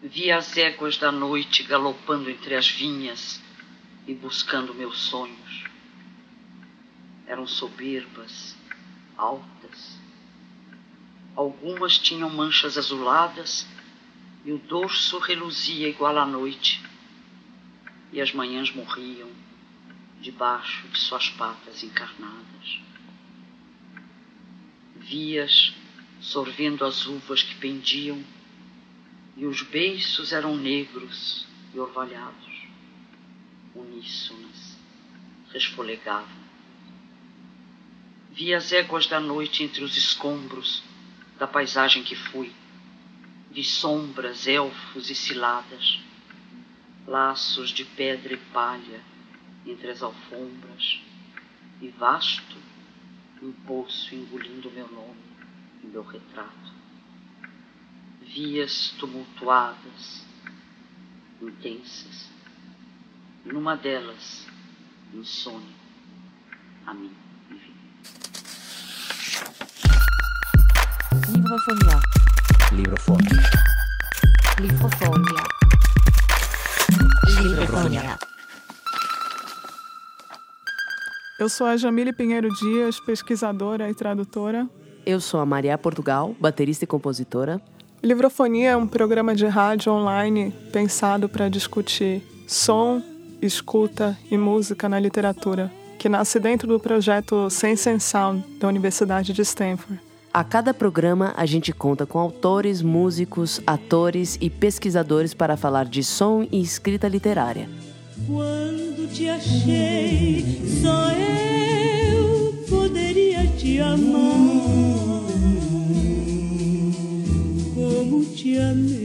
Via as éguas da noite galopando entre as vinhas e buscando meus sonhos. Eram soberbas, altas. Algumas tinham manchas azuladas e o dorso reluzia igual à noite. E as manhãs morriam debaixo de suas patas encarnadas. Vias sorvendo as uvas que pendiam, e os beiços eram negros e orvalhados, uníssonas, resfolegavam. Vi as éguas da noite entre os escombros da paisagem que fui. Vi sombras, elfos e ciladas, laços de pedra e palha entre as alfombras, e vasto um poço engolindo meu nome e meu retrato. Vias tumultuadas, intensas, e numa delas, insônia, a mim me vi. Livrofonia. Livrofonia. Livrofonia. Livrofonia. Eu sou a Jamile Pinheiro Dias, pesquisadora e tradutora. Eu sou a Maria Portugal, baterista e compositora. Livrofonia é um programa de rádio online pensado para discutir som, escuta e música na literatura, que nasce dentro do projeto Sense and Sound da Universidade de Stanford. A cada programa, a gente conta com autores, músicos, atores e pesquisadores para falar de som e escrita literária. Quando te achei, só eu poderia te amar. Como te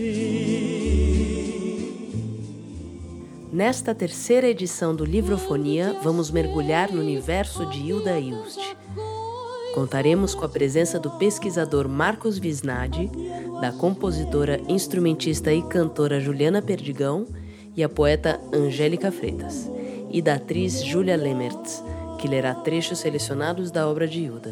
amei. Nesta terceira edição do Livrofonia, vamos mergulhar no universo de Hilda Ilst. Contaremos com a presença do pesquisador Marcos Visnadi, da compositora, instrumentista e cantora Juliana Perdigão e a poeta Angélica Freitas, e da atriz Júlia Lemertz, que lerá trechos selecionados da obra de Hilda.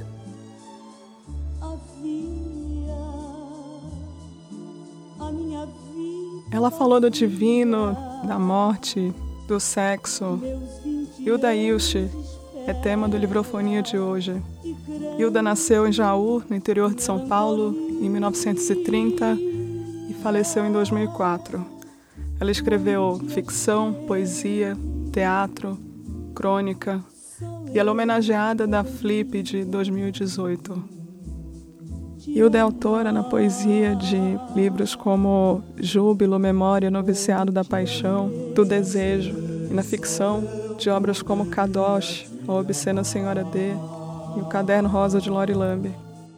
Ela falou do divino, da morte, do sexo. Hilda Ilst é tema do Livrofonia de hoje. Hilda nasceu em Jaú, no interior de São Paulo, em 1930 e faleceu em 2004. Ela escreveu ficção, poesia, teatro, crônica e ela é homenageada da Flip de 2018. Hilda é autora na poesia de livros como Júbilo, Memória, Noviciado da Paixão, do Desejo, e na ficção de obras como Kadosh, A Obscena Senhora D e O Caderno Rosa de Lori Lambe.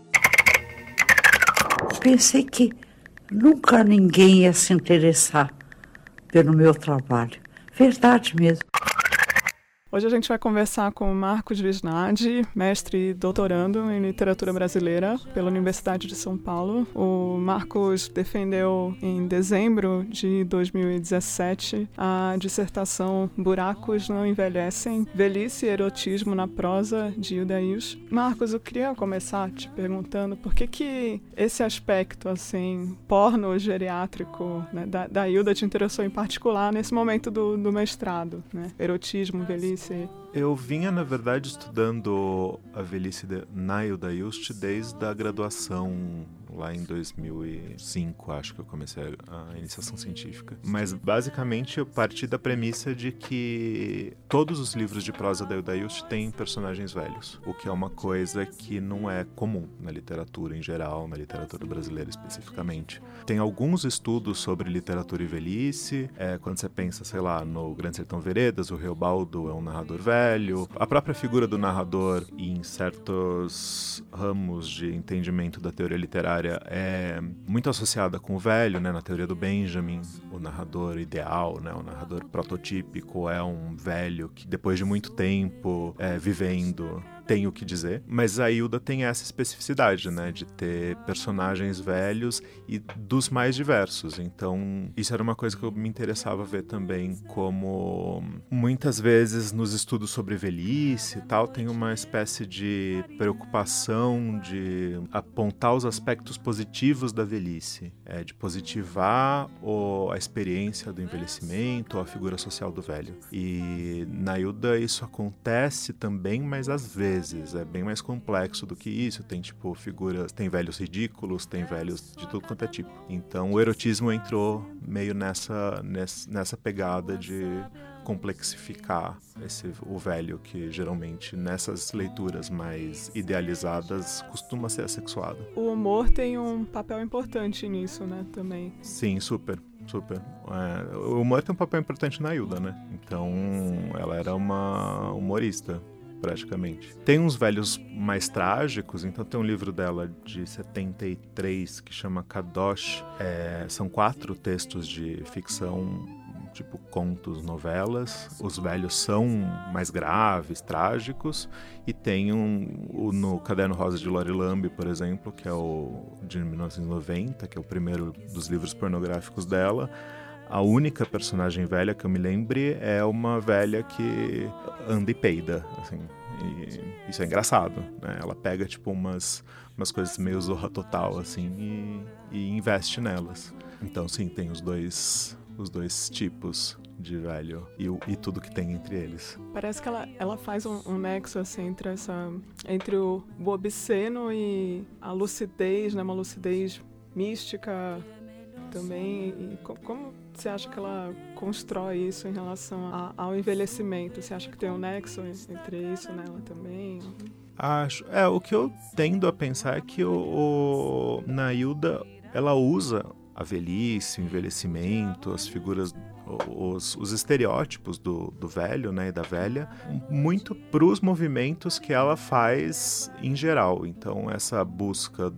Pensei que nunca ninguém ia se interessar pelo meu trabalho. Verdade mesmo. Hoje a gente vai conversar com o Marcos Visnadi, mestre e doutorando em literatura brasileira pela Universidade de São Paulo. O Marcos defendeu em dezembro de 2017 a dissertação Buracos Não Envelhecem, Velhice e Erotismo na Prosa, de Hilda Ilst. Marcos, eu queria começar te perguntando por que esse aspecto assim, porno-geriátrico, né, da Hilda te interessou em particular nesse momento do mestrado, né? Erotismo, velhice. Eu vinha, na verdade, estudando a velhice na Hilda Ilst desde a graduação, lá em 2005, acho que eu comecei a iniciação científica. Mas, basicamente, eu parti da premissa de que todos os livros de prosa da Hilda Ilst têm personagens velhos, o que é uma coisa que não é comum na literatura em geral, na literatura brasileira especificamente. Tem alguns estudos sobre literatura e velhice, quando você pensa, sei lá, no Grande Sertão Veredas, o Reobaldo é um narrador velho, a própria figura do narrador em certos ramos de entendimento da teoria literária é muito associada com o velho, né? Na teoria do Benjamin, o narrador ideal, né? O narrador prototípico é um velho que depois de muito tempo vivendo tem o que dizer, mas a Hilda tem essa especificidade, né, de ter personagens velhos e dos mais diversos. Então, isso era uma coisa que eu me interessava ver também, como muitas vezes nos estudos sobre velhice e tal, tem uma espécie de preocupação de apontar os aspectos positivos da velhice, de positivar a experiência do envelhecimento, ou a figura social do velho. E na Hilda isso acontece também, mas às vezes é bem mais complexo do que isso. Tem tipo figuras, tem velhos ridículos, tem velhos de tudo quanto é tipo. Então o erotismo entrou meio nessa pegada de complexificar o velho, que geralmente nessas leituras mais idealizadas costuma ser assexuado. O humor tem um papel importante nisso, né, também. Sim, super. O humor tem um papel importante na Hilda, né? Então, ela era uma humorista, praticamente. Tem uns velhos mais trágicos, então tem um livro dela de 73 que chama Kadosh. São 4 textos de ficção, tipo contos, novelas. Os velhos são mais graves, trágicos, e tem no Caderno Rosa de Lori Lambe, por exemplo, que é o de 1990, que é o primeiro dos livros pornográficos dela. A única personagem velha que eu me lembre é uma velha que anda e peida, assim. E isso é engraçado, né? Ela pega tipo umas coisas meio Zorra Total, assim, e investe nelas. Então, sim, tem os dois tipos de velho e tudo que tem entre eles. Parece que ela faz um nexo assim, entre o obsceno e a lucidez, né? Uma lucidez mística também. E como você acha que ela constrói isso em relação ao envelhecimento? Você acha que tem um nexo entre isso nela também? Acho. O que eu tendo a pensar é que na Hilda ela usa a velhice, o envelhecimento, as figuras, os estereótipos do velho, né, e da velha, muito para os movimentos que ela faz em geral. Então, essa busca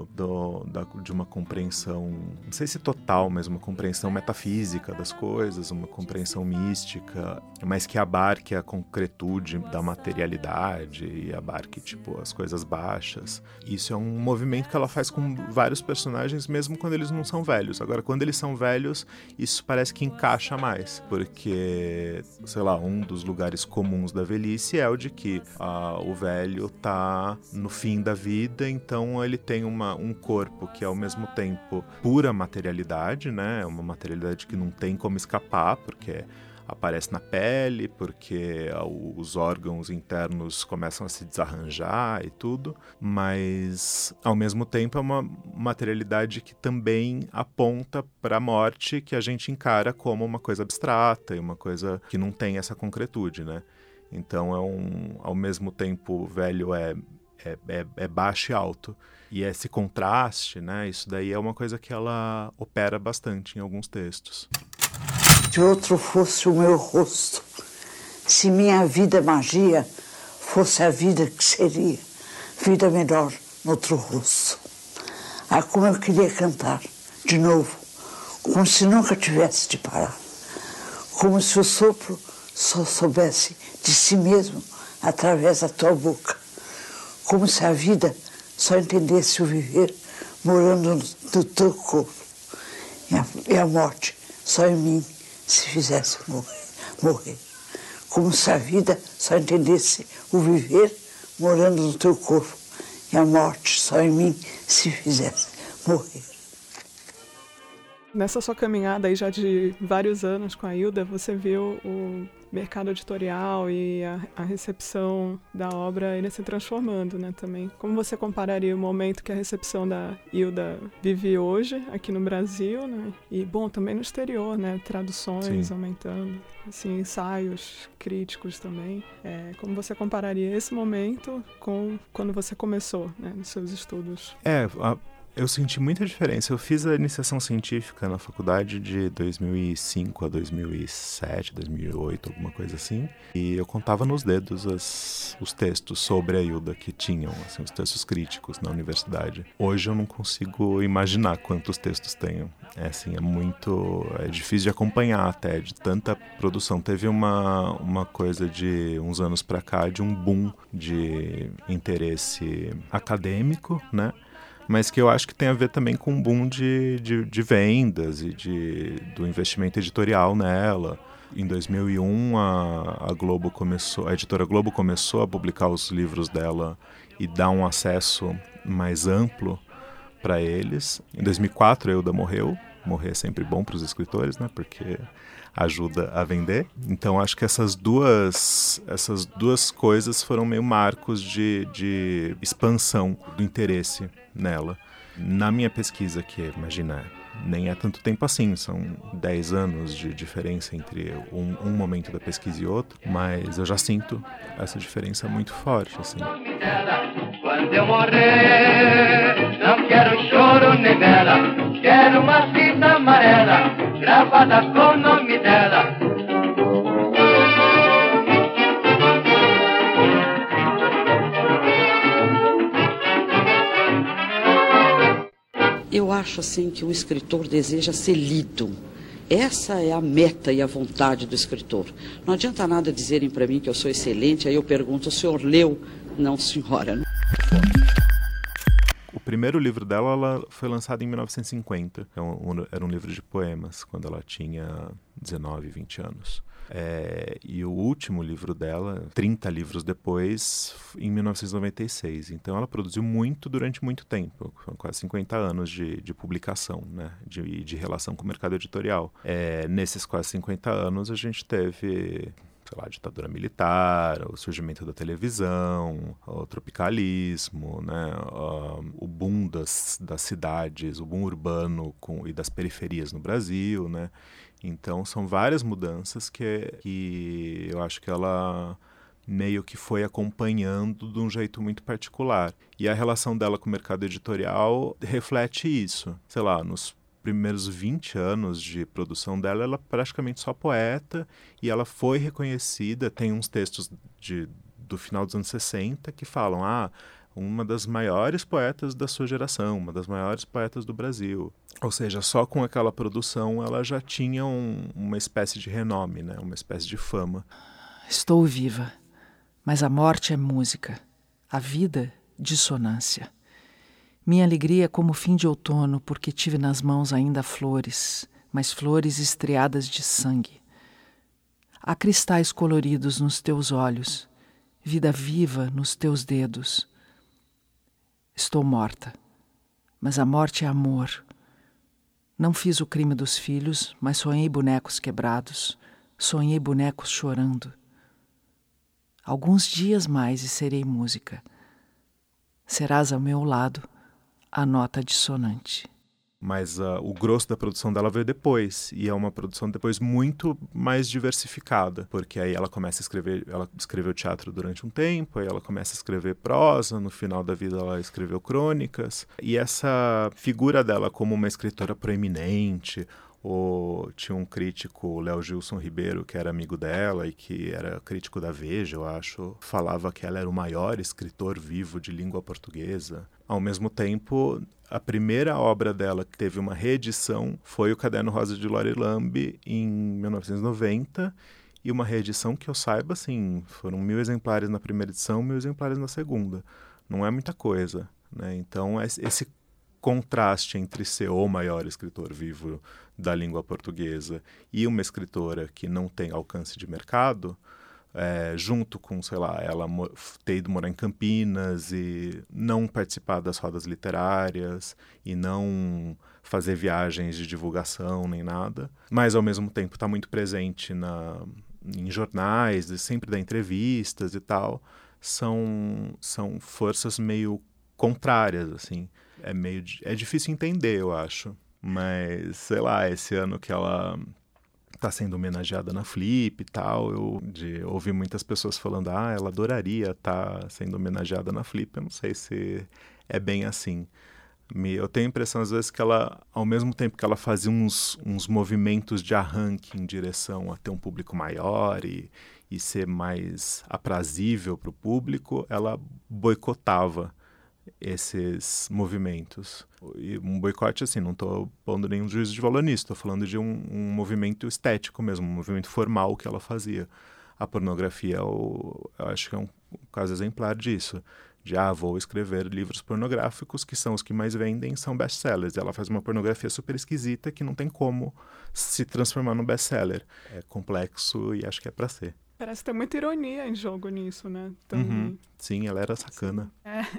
de uma compreensão, não sei se total, mas uma compreensão metafísica das coisas, uma compreensão mística, mas que abarque a concretude da materialidade e abarque, tipo, as coisas baixas. Isso é um movimento que ela faz com vários personagens, mesmo quando eles não são velhos. Agora, quando eles são velhos, isso parece que encaixa mais, porque, sei lá, um dos lugares comuns da velhice é o de que o velho tá no fim da vida, então ele tem um corpo que é ao mesmo tempo pura materialidade, né? Uma materialidade que não tem como escapar, porque aparece na pele, porque os órgãos internos começam a se desarranjar e tudo, mas ao mesmo tempo é uma materialidade que também aponta para a morte, que a gente encara como uma coisa abstrata e uma coisa que não tem essa concretude, né? Então ao mesmo tempo o velho é baixo e alto. E esse contraste, né? Isso daí é uma coisa que ela opera bastante em alguns textos. Se outro fosse o meu rosto, se minha vida magia fosse a vida que seria, vida melhor no outro rosto. Como eu queria cantar de novo, como se nunca tivesse de parar, como se o sopro só soubesse de si mesmo através da tua boca, como se a vida só entendesse o viver morando no teu corpo, e a morte só em mim se fizesse morrer. Como se a vida só entendesse o viver morando no teu corpo, e a morte só em mim se fizesse morrer. Nessa sua caminhada aí já de vários anos com a Hilda, você viu o mercado editorial e a recepção da obra ele se transformando, né, também. Como você compararia o momento que a recepção da Hilda vive hoje, aqui no Brasil, né, e, bom, também no exterior, né, traduções aumentando, assim, ensaios críticos também. Como você compararia esse momento com quando você começou, né, nos seus estudos? Eu senti muita diferença. Eu fiz a iniciação científica na faculdade de 2005 a 2007, 2008, alguma coisa assim. E eu contava nos dedos os textos sobre a Hilda que tinham, assim, os textos críticos na universidade. Hoje eu não consigo imaginar quantos textos tenham. É difícil de acompanhar até, de tanta produção. Teve uma coisa de uns anos pra cá, de um boom de interesse acadêmico, né? Mas que eu acho que tem a ver também com um boom de vendas e do investimento editorial nela. Em 2001, a editora Globo começou a publicar os livros dela e dar um acesso mais amplo para eles. Em 2004, a Hilda morreu. Morrer é sempre bom para os escritores, né? Porque ajuda a vender. Então, acho que essas duas coisas foram meio marcos de expansão do interesse nela. Na minha pesquisa, que, imagina, nem é tanto tempo assim, são 10 anos de diferença entre um momento da pesquisa e outro, mas eu já sinto essa diferença muito forte, assim. Quando eu morrer, não quero choro nem vela, quero uma fita amarela, gravada com o nome dela. Eu acho assim que o escritor deseja ser lido. Essa é a meta e a vontade do escritor. Não adianta nada dizerem para mim que eu sou excelente, aí eu pergunto, o senhor leu? Não, senhora. O primeiro livro dela ela foi lançado em 1950. Era um livro de poemas, quando ela tinha 19, 20 anos. E o último livro dela, 30 livros depois, em 1996. Então ela produziu muito durante muito tempo, quase 50 anos de publicação, né? de relação com o mercado editorial. Nesses quase 50 anos a gente teve, sei lá, a ditadura militar, o surgimento da televisão, o tropicalismo, né? O boom das cidades, o boom urbano e das periferias no Brasil, né? Então são várias mudanças que eu acho que ela meio que foi acompanhando de um jeito muito particular. E a relação dela com o mercado editorial reflete isso. Sei lá, nos primeiros 20 anos de produção dela, ela é praticamente só poeta, e ela foi reconhecida. Tem uns textos do final dos anos 60 que falam, uma das maiores poetas da sua geração, uma das maiores poetas do Brasil. Ou seja, só com aquela produção ela já tinha uma espécie de renome, né? Uma espécie de fama. Estou viva, mas a morte é música, a vida dissonância. Minha alegria é como o fim de outono, porque tive nas mãos ainda flores, mas flores estriadas de sangue. Há cristais coloridos nos teus olhos, vida viva nos teus dedos. Estou morta, mas a morte é amor. Não fiz o crime dos filhos, mas sonhei bonecos quebrados, sonhei bonecos chorando. Alguns dias mais e serei música. Serás ao meu lado a nota dissonante. Mas o grosso da produção dela veio depois, e é uma produção depois muito mais diversificada, porque aí ela começa a escrever, ela escreveu teatro durante um tempo, aí ela começa a escrever prosa, no final da vida ela escreveu crônicas, e essa figura dela como uma escritora proeminente, tinha um crítico, o Léo Gilson Ribeiro, que era amigo dela e que era crítico da Veja, eu acho, falava que ela era o maior escritor vivo de língua portuguesa. Ao mesmo tempo, a primeira obra dela que teve uma reedição foi o Caderno Rosa de Lore Lambe, em 1990, e uma reedição que eu saiba, assim, foram 1.000 exemplares na primeira edição, 1.000 exemplares na segunda. Não é muita coisa, né? Então, esse contraste entre ser o maior escritor vivo da língua portuguesa e uma escritora que não tem alcance de mercado, junto com, sei lá, ela ter ido morar em Campinas e não participar das rodas literárias e não fazer viagens de divulgação nem nada, mas ao mesmo tempo está muito presente em jornais e sempre dá entrevistas e tal, são forças meio contrárias, assim. É difícil entender, eu acho. Mas, sei lá, esse ano que ela está sendo homenageada na Flip e tal, eu ouvi muitas pessoas falando, ela adoraria estar sendo homenageada na Flip. Eu não sei se é bem assim. Eu tenho a impressão, às vezes, que ela, ao mesmo tempo que ela fazia uns movimentos de arranque em direção a ter um público maior e ser mais aprazível para o público, ela boicotava esses movimentos. E um boicote, assim, não estou pondo nenhum juízo de valor nisso, estou falando de um movimento estético mesmo, um movimento formal que ela fazia. A pornografia, eu acho que é um caso exemplar disso. De, vou escrever livros pornográficos, que são os que mais vendem, são best-sellers. E ela faz uma pornografia super esquisita que não tem como se transformar num best-seller. É complexo e acho que é pra ser. Parece ter muita ironia em jogo nisso, né? Sim, ela era sacana.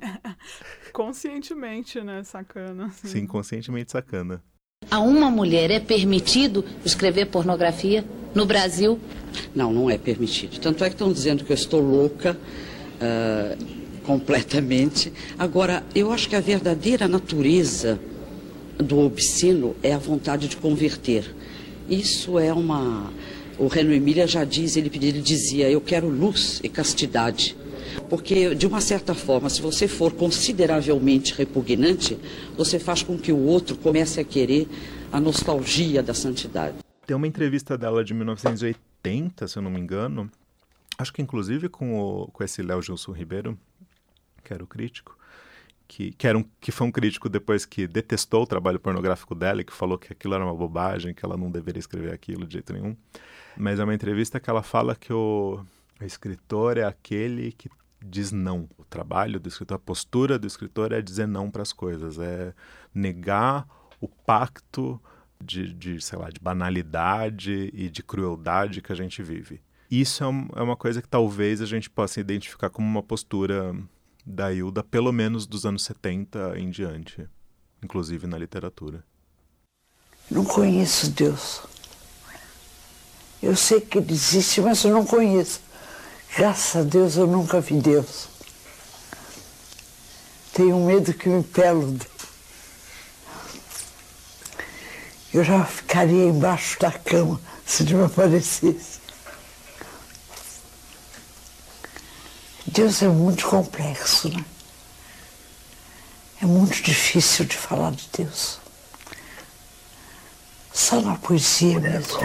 Conscientemente, né? Sacana. Sim, conscientemente sacana. A uma mulher é permitido escrever pornografia no Brasil? Não, não é permitido. Tanto é que estão dizendo que eu estou louca, completamente. Agora, eu acho que a verdadeira natureza do obsceno é a vontade de converter. Isso é uma... O Renaud Emília já diz, ele dizia, eu quero luz e castidade. Porque, de uma certa forma, se você for consideravelmente repugnante, você faz com que o outro comece a querer a nostalgia da santidade. Tem uma entrevista dela de 1980, se eu não me engano, acho que inclusive com esse Léo Gilson Ribeiro, que era o crítico, que foi um crítico depois que detestou o trabalho pornográfico dela e que falou que aquilo era uma bobagem, que ela não deveria escrever aquilo de jeito nenhum. Mas é uma entrevista que ela fala que o escritor é aquele que diz não. O trabalho do escritor, a postura do escritor é dizer não para as coisas, é negar o pacto de, sei lá, de banalidade e de crueldade que a gente vive. Isso é uma coisa que talvez a gente possa identificar como uma postura da Hilda, pelo menos dos anos 70 em diante, inclusive na literatura. Não conheço Deus. Eu sei que ele existe, mas eu não conheço. Graças a Deus eu nunca vi Deus. Tenho medo que me pelo. Eu já ficaria embaixo da cama se ele me aparecesse. Deus é muito complexo, né? É muito difícil de falar de Deus. Só na poesia mesmo.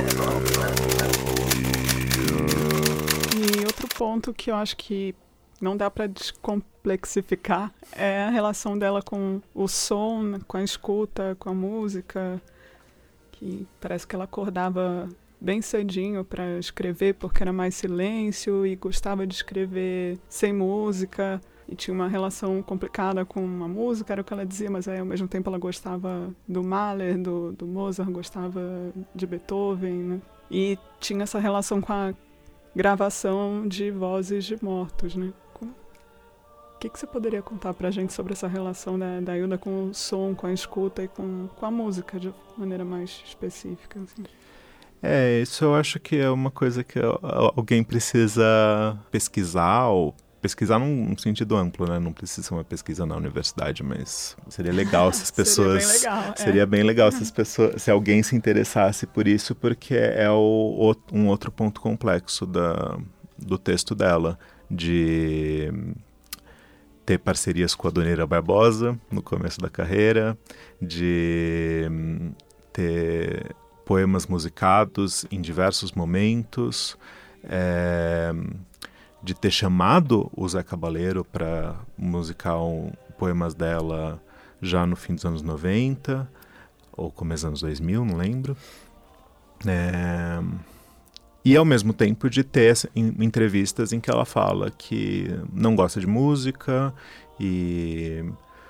E outro ponto que eu acho que não dá para descomplexificar é a relação dela com o som, com a escuta, com a música, que parece que ela acordava bem cedinho para escrever porque era mais silêncio e gostava de escrever sem música e tinha uma relação complicada com a música, era o que ela dizia, mas aí, ao mesmo tempo ela gostava do Mahler, do Mozart, gostava de Beethoven, né? E tinha essa relação com a gravação de vozes de mortos, né? O que você poderia contar pra gente sobre essa relação da Hilda com o som, com a escuta e com a música de maneira mais específica, assim? Isso eu acho que é uma coisa que alguém precisa pesquisar, ou pesquisar num sentido amplo, né? Não precisa ser uma pesquisa na universidade, mas seria legal se as pessoas... Seria bem legal se as pessoas, se alguém se interessasse por isso, porque é um outro ponto complexo do texto dela, de ter parcerias com a Dona Ira Barbosa no começo da carreira, de ter poemas musicados em diversos momentos, de ter chamado o Zé Cabaleiro para musicar poemas dela já no fim dos anos 90, ou começo dos anos 2000, não lembro. E ao mesmo tempo de ter entrevistas em que ela fala que não gosta de música e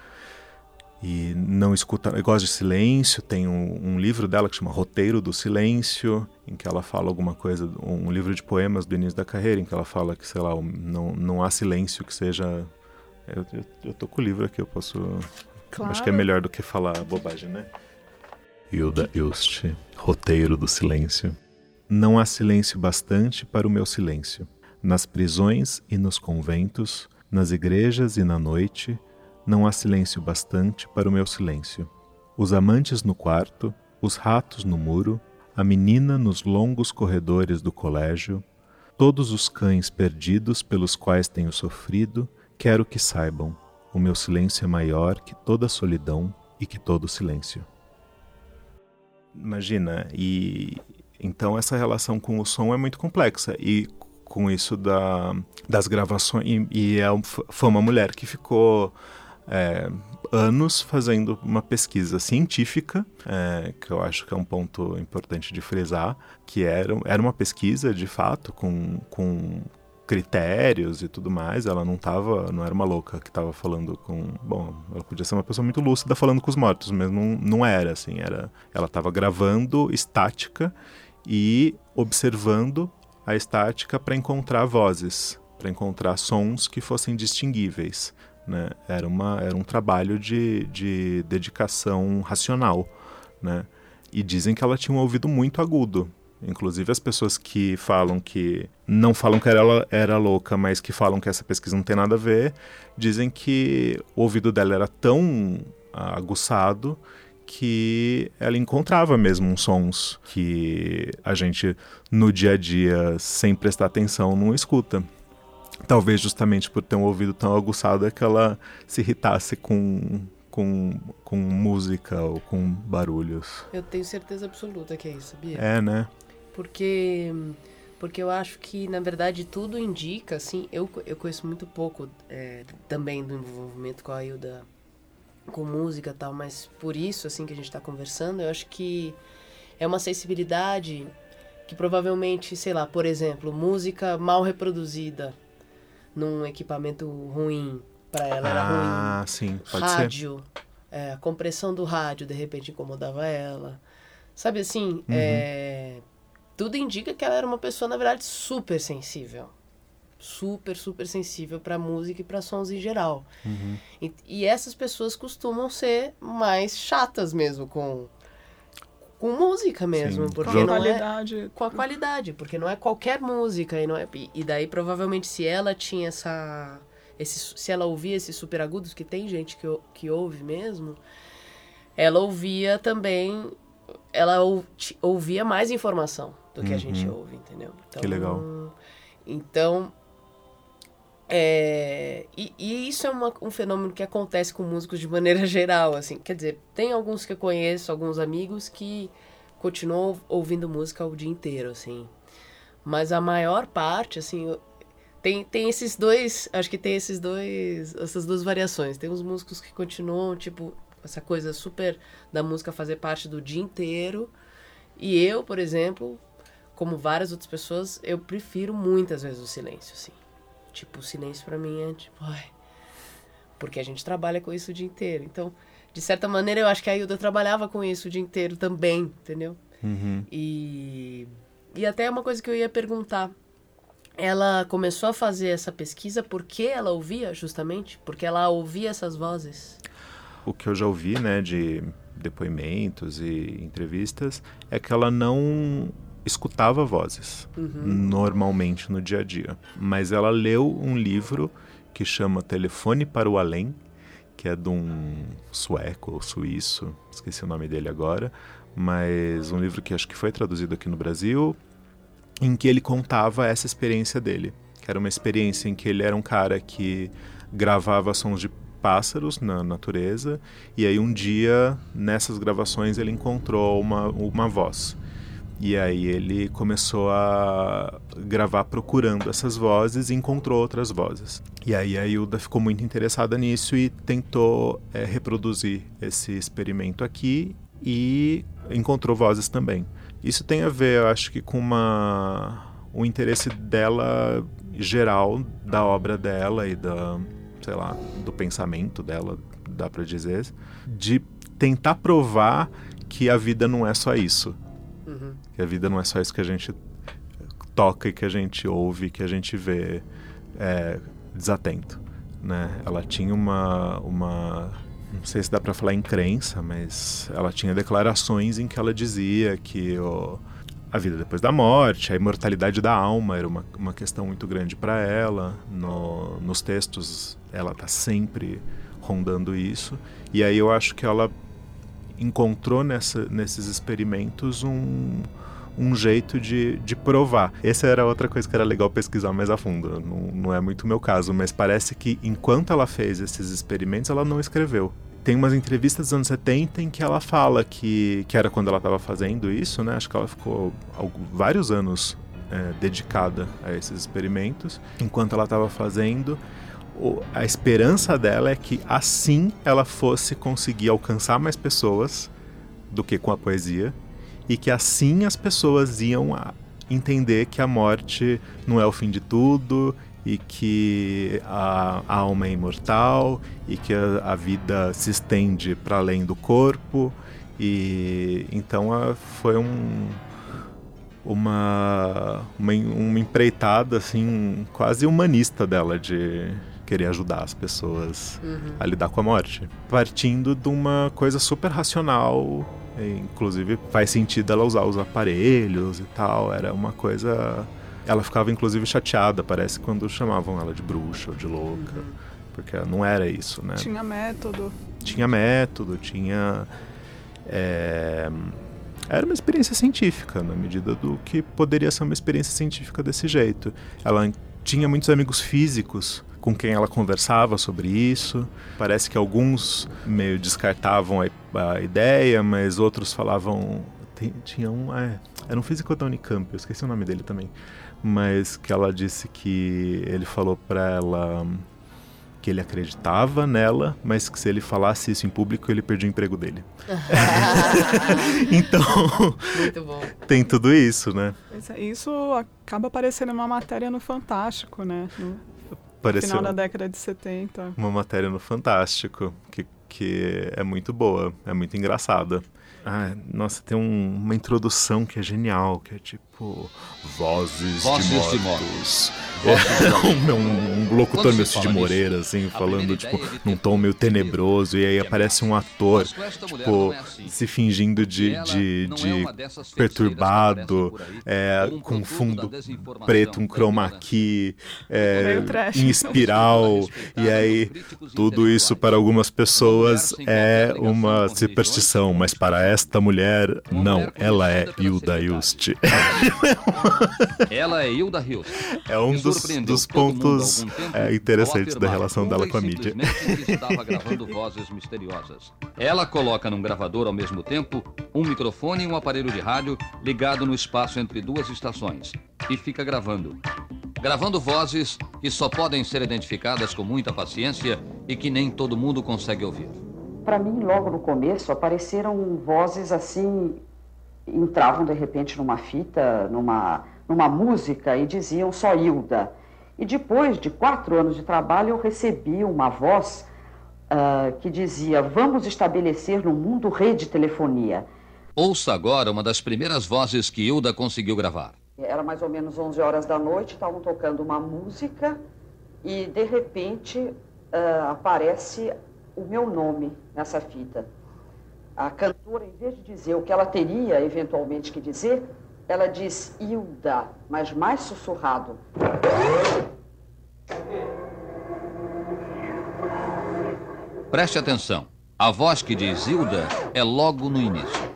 não escuta, gosta de silêncio. Tem um livro dela que chama Roteiro do Silêncio, em que ela fala alguma coisa, um livro de poemas do início da carreira, em que ela fala que, sei lá, não há silêncio que seja... Eu tô com o livro aqui, eu posso... Claro. Acho que é melhor do que falar bobagem, né? Hilda Ilst, Roteiro do Silêncio. Não há silêncio bastante para o meu silêncio. Nas prisões e nos conventos, nas igrejas e na noite, não há silêncio bastante para o meu silêncio. Os amantes no quarto, os ratos no muro, a menina nos longos corredores do colégio, todos os cães perdidos pelos quais tenho sofrido, quero que saibam, o meu silêncio é maior que toda a solidão, e que todo silêncio. Imagina, e então essa relação com o som é muito complexa, e com isso das gravações, foi uma mulher que ficou anos fazendo uma pesquisa científica, que eu acho que é um ponto importante de frisar, que era uma pesquisa de fato com critérios e tudo mais. Ela não era uma louca que estava falando ela podia ser uma pessoa muito lúcida falando com os mortos, mas não era assim, ela estava gravando estática e observando a estática para encontrar vozes, para encontrar sons que fossem distinguíveis, né? Era um trabalho de dedicação racional, né? E dizem que ela tinha um ouvido muito agudo. Inclusive as pessoas que não falam que ela era louca, mas que falam que essa pesquisa não tem nada a ver, dizem que o ouvido dela era tão aguçado que ela encontrava mesmo uns sons que a gente no dia a dia, sem prestar atenção, não escuta. Talvez justamente por ter um ouvido tão aguçado é que ela se irritasse com música ou com barulhos. Eu tenho certeza absoluta que é isso, sabia? É, né? Porque eu acho que, na verdade, tudo indica, assim, eu conheço muito pouco também do envolvimento com a Ailda, com música e tal, mas por isso, assim, que a gente está conversando, eu acho que é uma sensibilidade que provavelmente, sei lá, por exemplo, música mal reproduzida num equipamento ruim, para ela era ruim. Ah, sim, pode rádio, a compressão do rádio, de repente, incomodava ela. Sabe assim, tudo indica que ela era uma pessoa, na verdade, super sensível. Super, super sensível para música e para sons em geral. E essas pessoas costumam ser mais chatas mesmo com música mesmo. Sim, porque com a não qualidade. Com a qualidade, porque não é qualquer música. E daí, provavelmente, se ela tinha se ela ouvia esses super agudos, que tem gente que ouve mesmo, ela ouvia também... Ela ouvia mais informação do que a gente ouve, entendeu? Então, que legal. Então, e isso é um fenômeno que acontece com músicos de maneira geral, assim. Quer dizer, tem alguns que eu conheço, alguns amigos que continuam ouvindo música o dia inteiro, assim. Mas a maior parte, assim, tem esses dois... Acho que tem essas duas variações. Tem uns músicos que continuam, tipo... essa coisa super da música fazer parte do dia inteiro. E eu, por exemplo, como várias outras pessoas, eu prefiro muitas vezes o silêncio, assim. Tipo, o silêncio pra mim é tipo... porque a gente trabalha com isso o dia inteiro. Então, de certa maneira, eu acho que a Ailda trabalhava com isso o dia inteiro também, entendeu? E até uma coisa que eu ia perguntar. Ela começou a fazer essa pesquisa porque ela ouvia, justamente? Porque ela ouvia essas vozes? O que eu já ouvi, né, de depoimentos e entrevistas, é que ela não escutava vozes normalmente no dia a dia. Mas ela leu um livro que chama Telefone para o Além, que é de um sueco ou suíço, esqueci o nome dele agora, mas um livro que acho que foi traduzido aqui no Brasil, em que ele contava essa experiência dele, que era uma experiência em que ele era um cara que gravava sons de pássaros na natureza, e aí um dia, nessas gravações, ele encontrou uma voz. E aí ele começou a gravar procurando essas vozes e encontrou outras vozes. E aí a Ailda ficou muito interessada nisso e tentou reproduzir esse experimento aqui e encontrou vozes também. Isso tem a ver, eu acho que com o interesse dela geral, da obra dela e do pensamento dela, dá pra dizer, de tentar provar que a vida não é só isso. Que a vida não é só isso que a gente toca e que a gente ouve, que a gente vê desatento, né? Ela tinha não sei se dá pra falar em crença, mas ela tinha declarações em que ela dizia que a vida depois da morte, a imortalidade da alma era uma questão muito grande para ela. Nos textos ela está sempre rondando isso. E aí eu acho que ela encontrou nesses experimentos um jeito de provar. Essa era outra coisa que era legal pesquisar mais a fundo. Não é muito o meu caso, mas parece que enquanto ela fez esses experimentos, ela não escreveu. tem umas entrevistas dos anos 70 em que ela fala que era quando ela estava fazendo isso, né? Acho que ela ficou vários anos dedicada a esses experimentos. Enquanto ela estava fazendo, a esperança dela é que assim ela fosse conseguir alcançar mais pessoas do que com a poesia, e que assim as pessoas iam entender que a morte não é o fim de tudo, e que a alma é imortal, e que a vida se estende para além do corpo. E então foi uma empreitada assim, quase humanista dela, de querer ajudar as pessoas a lidar com a morte, partindo de uma coisa super racional. Inclusive faz sentido ela usar os aparelhos e tal. Era uma coisa... Ela ficava inclusive chateada, parece, quando chamavam ela de bruxa ou de louca, porque não era isso, né? Tinha método, era uma experiência científica, na medida do que poderia ser uma experiência científica desse jeito. Ela tinha muitos amigos físicos com quem ela conversava sobre isso. Parece que alguns meio descartavam a ideia, mas outros falavam... Era um físico da Unicamp, eu esqueci o nome dele também. Mas que ela disse que ele falou para ela que ele acreditava nela, mas que se ele falasse isso em público, ele perdia o emprego dele. Então, muito bom. Tem tudo isso, né? Isso acaba aparecendo numa matéria no Fantástico, né? No final da década de 70. Uma matéria no Fantástico, que é muito boa, é muito engraçada. Nossa, tem uma introdução que é genial, que é tipo... Vozes de mortos. Um locutor meio de Moreira, assim, falando, tipo, num tom meio tenebroso, e aí aparece um ator, tipo, se fingindo de perturbado, com um fundo preto, um chroma key, em espiral, e aí tudo isso para algumas pessoas é uma superstição, mas para esta mulher, não, ela é Hilda Hilst. Ela é Hilda Hilst. É um dos pontos interessantes da relação dela com a mídia. Estava gravando vozes misteriosas. Ela coloca num gravador ao mesmo tempo um microfone e um aparelho de rádio ligado no espaço entre duas estações e fica gravando vozes que só podem ser identificadas com muita paciência e que nem todo mundo consegue ouvir. Para mim, logo no começo, apareceram vozes assim, entravam de repente numa fita, numa música e diziam só Hilda. E depois de 4 anos de trabalho, eu recebi uma voz que dizia: vamos estabelecer no mundo rede de telefonia. Ouça agora uma das primeiras vozes que Hilda conseguiu gravar. Era mais ou menos 11 horas da noite, estavam tocando uma música e de repente aparece o meu nome nessa fita. A cantora, em vez de dizer o que ela teria eventualmente que dizer, ela diz Hilda, mas mais sussurrado. Preste atenção. A voz que diz Hilda é logo no início.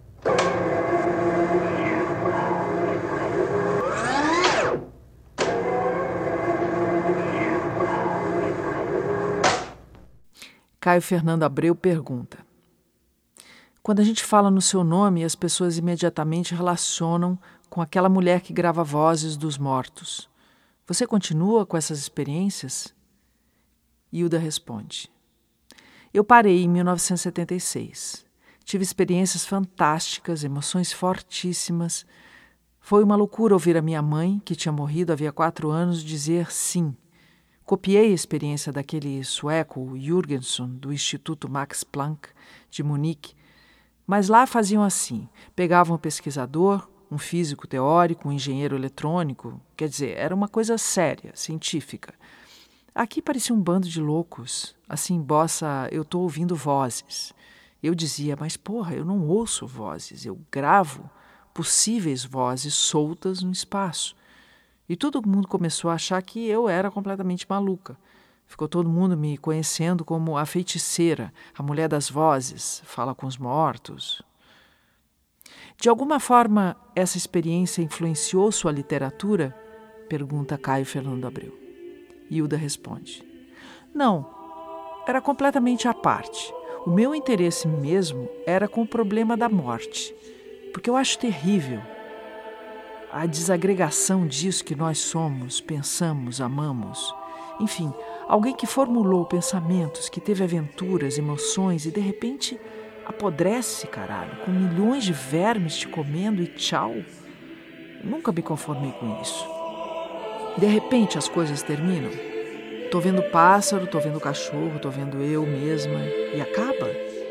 Caio Fernando Abreu pergunta: quando a gente fala no seu nome, as pessoas imediatamente relacionam com aquela mulher que grava vozes dos mortos. Você continua com essas experiências? Hilda responde: eu parei em 1976. Tive experiências fantásticas, emoções fortíssimas. Foi uma loucura ouvir a minha mãe, que tinha morrido havia 4 anos, dizer sim. Copiei a experiência daquele sueco, Jürgenson, do Instituto Max Planck, de Munique. Mas lá faziam assim: pegavam um pesquisador, um físico teórico, um engenheiro eletrônico, quer dizer, era uma coisa séria, científica. Aqui parecia um bando de loucos, assim, bossa, eu estou ouvindo vozes. Eu dizia, mas porra, eu não ouço vozes, eu gravo possíveis vozes soltas no espaço. E todo mundo começou a achar que eu era completamente maluca. Ficou todo mundo me conhecendo como a feiticeira, a mulher das vozes, fala com os mortos. De alguma forma, essa experiência influenciou sua literatura? Pergunta Caio Fernando Abreu. Hilda responde: não, era completamente à parte. O meu interesse mesmo era com o problema da morte, porque eu acho terrível a desagregação disso que nós somos, pensamos, amamos. Enfim, alguém que formulou pensamentos, que teve aventuras, emoções e de repente apodrece, caralho, com milhões de vermes te comendo e tchau. Eu nunca me conformei com isso. De repente as coisas terminam. Tô vendo pássaro, tô vendo cachorro, tô vendo eu mesma e acaba.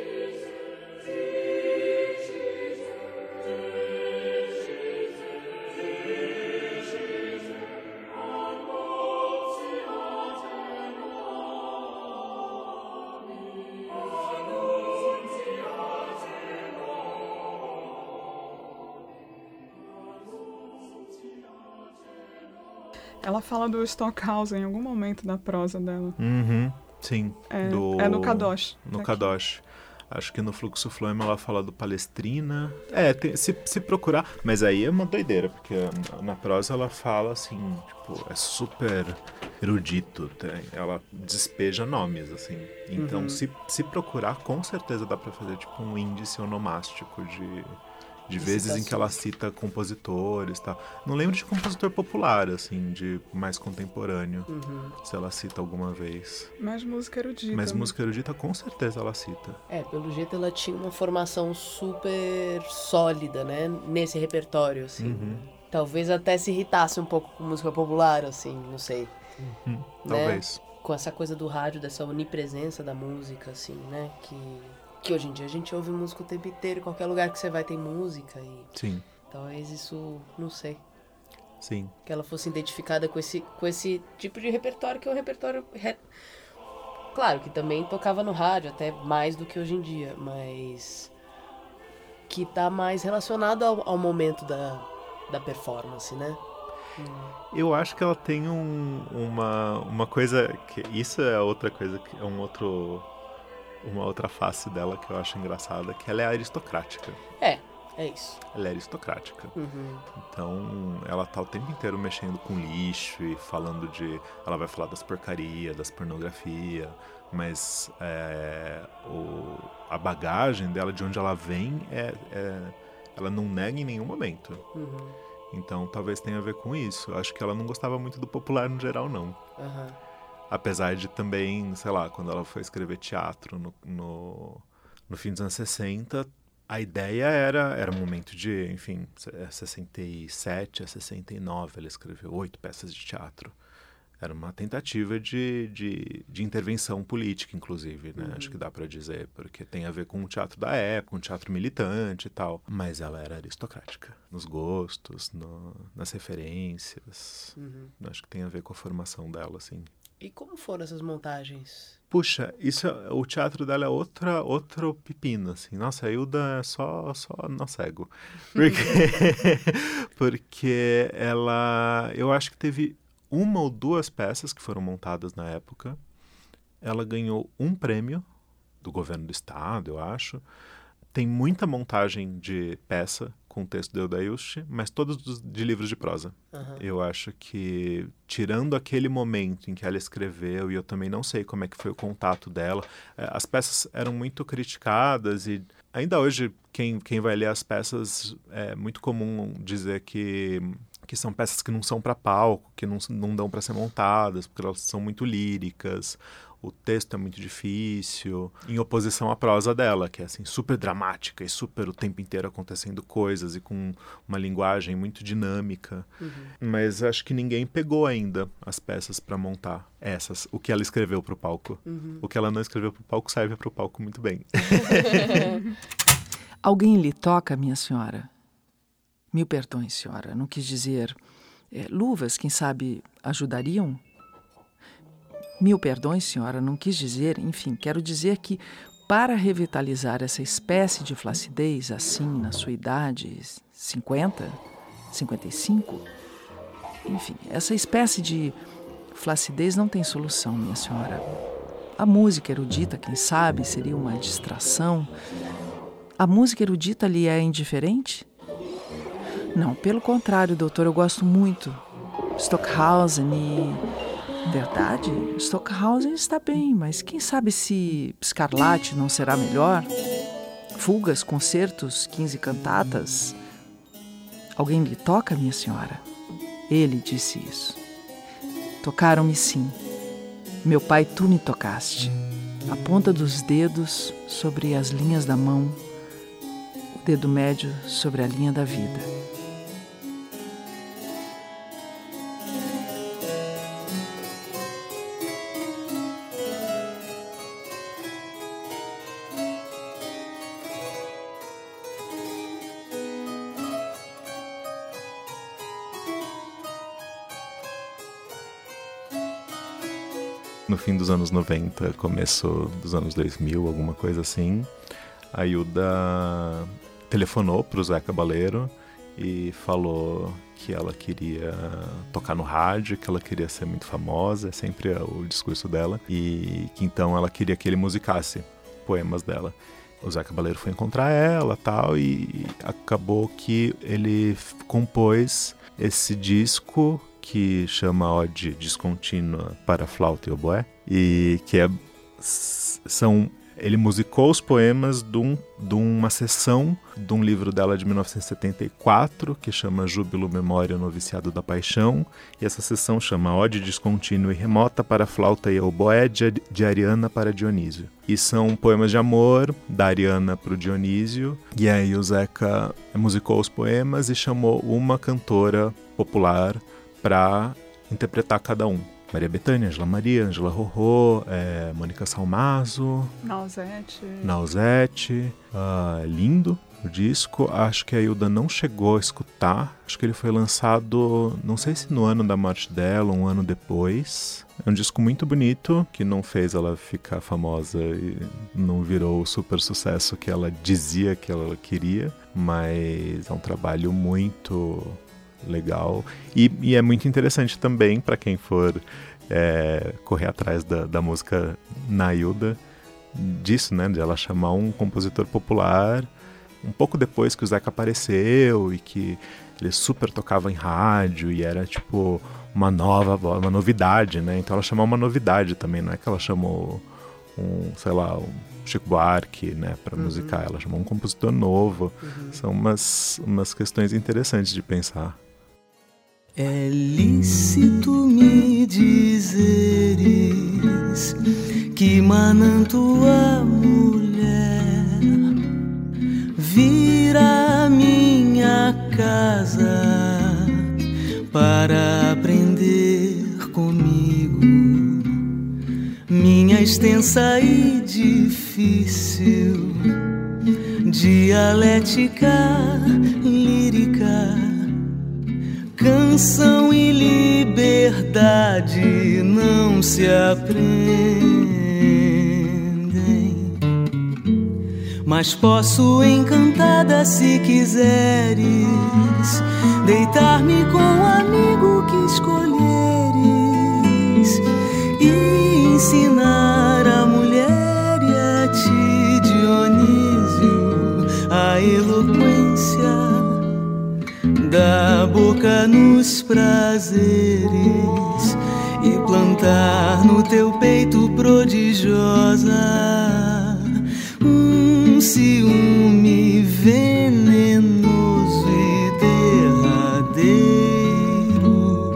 Ela fala do Stockhausen em algum momento da prosa dela. Sim. É no Kadosh. No Kadosh. Acho que no Fluxo Floema ela fala do Palestrina. Se procurar. Mas aí é uma doideira, porque na prosa ela fala assim, tipo, é super erudito. Ela despeja nomes, assim. Então, se procurar, com certeza dá pra fazer tipo um índice onomástico de vezes em que ela cita compositores e tal. Não lembro de compositor popular, assim, de mais contemporâneo, se ela cita alguma vez. Mas música erudita. Mas música erudita, com certeza ela cita. Pelo jeito ela tinha uma formação super sólida, né? Nesse repertório, assim. Talvez até se irritasse um pouco com música popular, assim, não sei. Né? Talvez. Com essa coisa do rádio, dessa onipresença da música, assim, né? Que hoje em dia a gente ouve música o tempo inteiro, qualquer lugar que você vai tem música. Sim. Talvez isso, não sei. Sim. Que ela fosse identificada com esse tipo de repertório, que é um repertório... Claro, que também tocava no rádio, até mais do que hoje em dia, mas que tá mais relacionado ao momento da performance, né? Eu acho que ela tem uma coisa... que isso é outra coisa, que é uma outra face dela que eu acho engraçada, que ela é aristocrática. É isso. Ela é aristocrática. Então, ela tá o tempo inteiro mexendo com lixo e falando ela vai falar das porcarias, das pornografia, mas a bagagem dela, de onde ela vem, ela não nega em nenhum momento. Então, talvez tenha a ver com isso. Eu acho que ela não gostava muito do popular no geral, não. Apesar de também, sei lá, quando ela foi escrever teatro no fim dos anos 60, a ideia era um momento de, enfim, 67 a 69, ela escreveu 8 peças de teatro. Era uma tentativa de intervenção política, inclusive, né? Acho que dá pra dizer, porque tem a ver com o teatro da época, um teatro militante e tal. Mas ela era aristocrática, nos gostos, nas referências. Acho que tem a ver com a formação dela, assim. E como foram essas montagens? Puxa, o teatro dela é outro pepino, assim. Nossa, a Hilda é só nó cego. Porque eu acho que teve 1 ou 2 peças que foram montadas na época. Ela ganhou um prêmio do governo do estado, eu acho. Tem muita montagem de peça com texto de Hilda Ilst, mas todos de livros de prosa. Eu acho que, tirando aquele momento em que ela escreveu, e eu também não sei como é que foi o contato dela, as peças eram muito criticadas e ainda hoje quem vai ler as peças é muito comum dizer que são peças que não são para palco, que não dão para ser montadas, porque elas são muito líricas, o texto é muito difícil, em oposição à prosa dela, que é assim, super dramática e super o tempo inteiro acontecendo coisas e com uma linguagem muito dinâmica. Mas acho que ninguém pegou ainda as peças para montar essas, o que ela escreveu para o palco. O que ela não escreveu para o palco serve para o palco muito bem. Alguém lhe toca, minha senhora? Mil perdões, senhora, não quis dizer... luvas, quem sabe, ajudariam? Mil perdões, senhora, não quis dizer... Enfim, quero dizer que, para revitalizar essa espécie de flacidez, assim, na sua idade, 50, 55... Enfim, essa espécie de flacidez não tem solução, minha senhora. A música erudita, quem sabe, seria uma distração. A música erudita lhe é indiferente? Não, pelo contrário, doutor, eu gosto muito. Stockhausen Verdade, Stockhausen está bem, mas quem sabe se Scarlatti não será melhor? Fugas, concertos, 15 cantatas. Alguém lhe toca, minha senhora? Ele disse isso. Tocaram-me sim. Meu pai, tu me tocaste. A ponta dos dedos sobre as linhas da mão, o dedo médio sobre a linha da vida. No fim dos anos 90, começo dos anos 2000, alguma coisa assim, a Ilda telefonou para o Zé Cabaleiro e falou que ela queria tocar no rádio, que ela queria ser muito famosa, é sempre o discurso dela, e que então ela queria que ele musicasse poemas dela. O Zé Cabaleiro foi encontrar ela tal, e acabou que ele compôs esse disco que chama Ode Descontínua para Flauta e Oboé, e que ele musicou os poemas de uma sessão de um livro dela de 1974, que chama Júbilo, Memória, Noviciado da Paixão, e essa sessão chama Ode Descontínua e Remota para Flauta e Oboé, de Ariana para Dionísio. E são poemas de amor da Ariana para o Dionísio, e aí o Zeca musicou os poemas e chamou uma cantora popular para interpretar cada um. Maria Bethânia, Angela Maria, Angela Rorô, Mônica Salmazo, Nausete. Lindo o disco. Acho que a Ilda não chegou a escutar. Acho que ele foi lançado, não sei se no ano da morte dela, um ano depois. É um disco muito bonito, que não fez ela ficar famosa e não virou o super sucesso que ela dizia que ela queria, mas é um trabalho muito legal e é muito interessante também para quem for correr atrás da música na Ilda, disso, né, de ela chamar um compositor popular um pouco depois que o Zeca apareceu e que ele super tocava em rádio e era tipo uma novidade, né, então ela chamou uma novidade também, não é que ela chamou um Chico Buarque, né, para musicar, ela chamou um compositor novo. São umas questões interessantes de pensar. É lícito me dizeres que Manã, tua mulher, vira minha casa para aprender comigo minha extensa e difícil dialética lírica. Canção e liberdade não se aprendem, mas posso, encantada, se quiseres, deitar-me com o amigo que escolheres e ensinar a mulher e a ti, Dionísio, a eloquência da boca nos prazeres e plantar no teu peito prodigiosa um ciúme venenoso e derradeiro,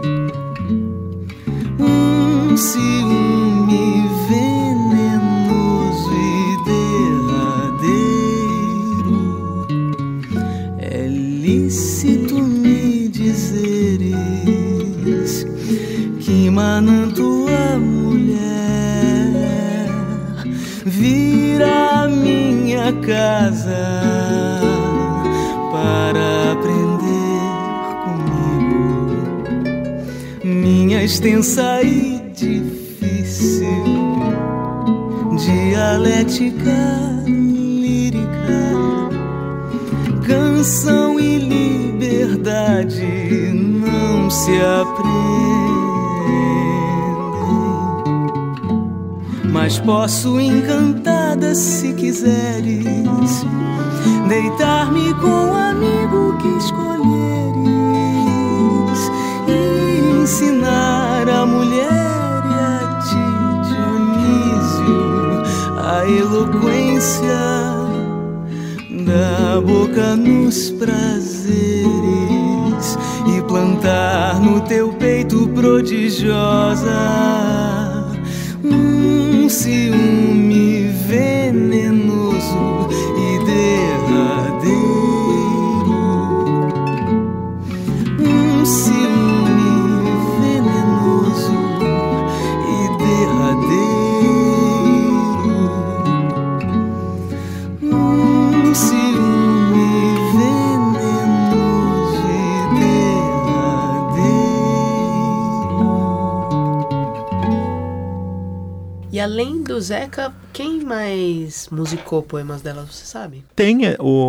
um ciúme venenoso e derradeiro. É lícito me dizeres que Manã, tua mulher, vira a minha casa para aprender comigo minha extensa e difícil dialética lírica. Canção e liberdade não se aprendem, mas posso, encantada, se quiseres, deitar-me com o amigo que escolheres e ensinar a mulher frequência da boca nos prazeres e plantar no teu peito prodigiosa um ciúme venenoso e derradeiro, um ciúme venenoso e derradeiro, um ciúme venenoso e derradeiro. E além do Zeca, quem mais musicou poemas dela, você sabe? Tem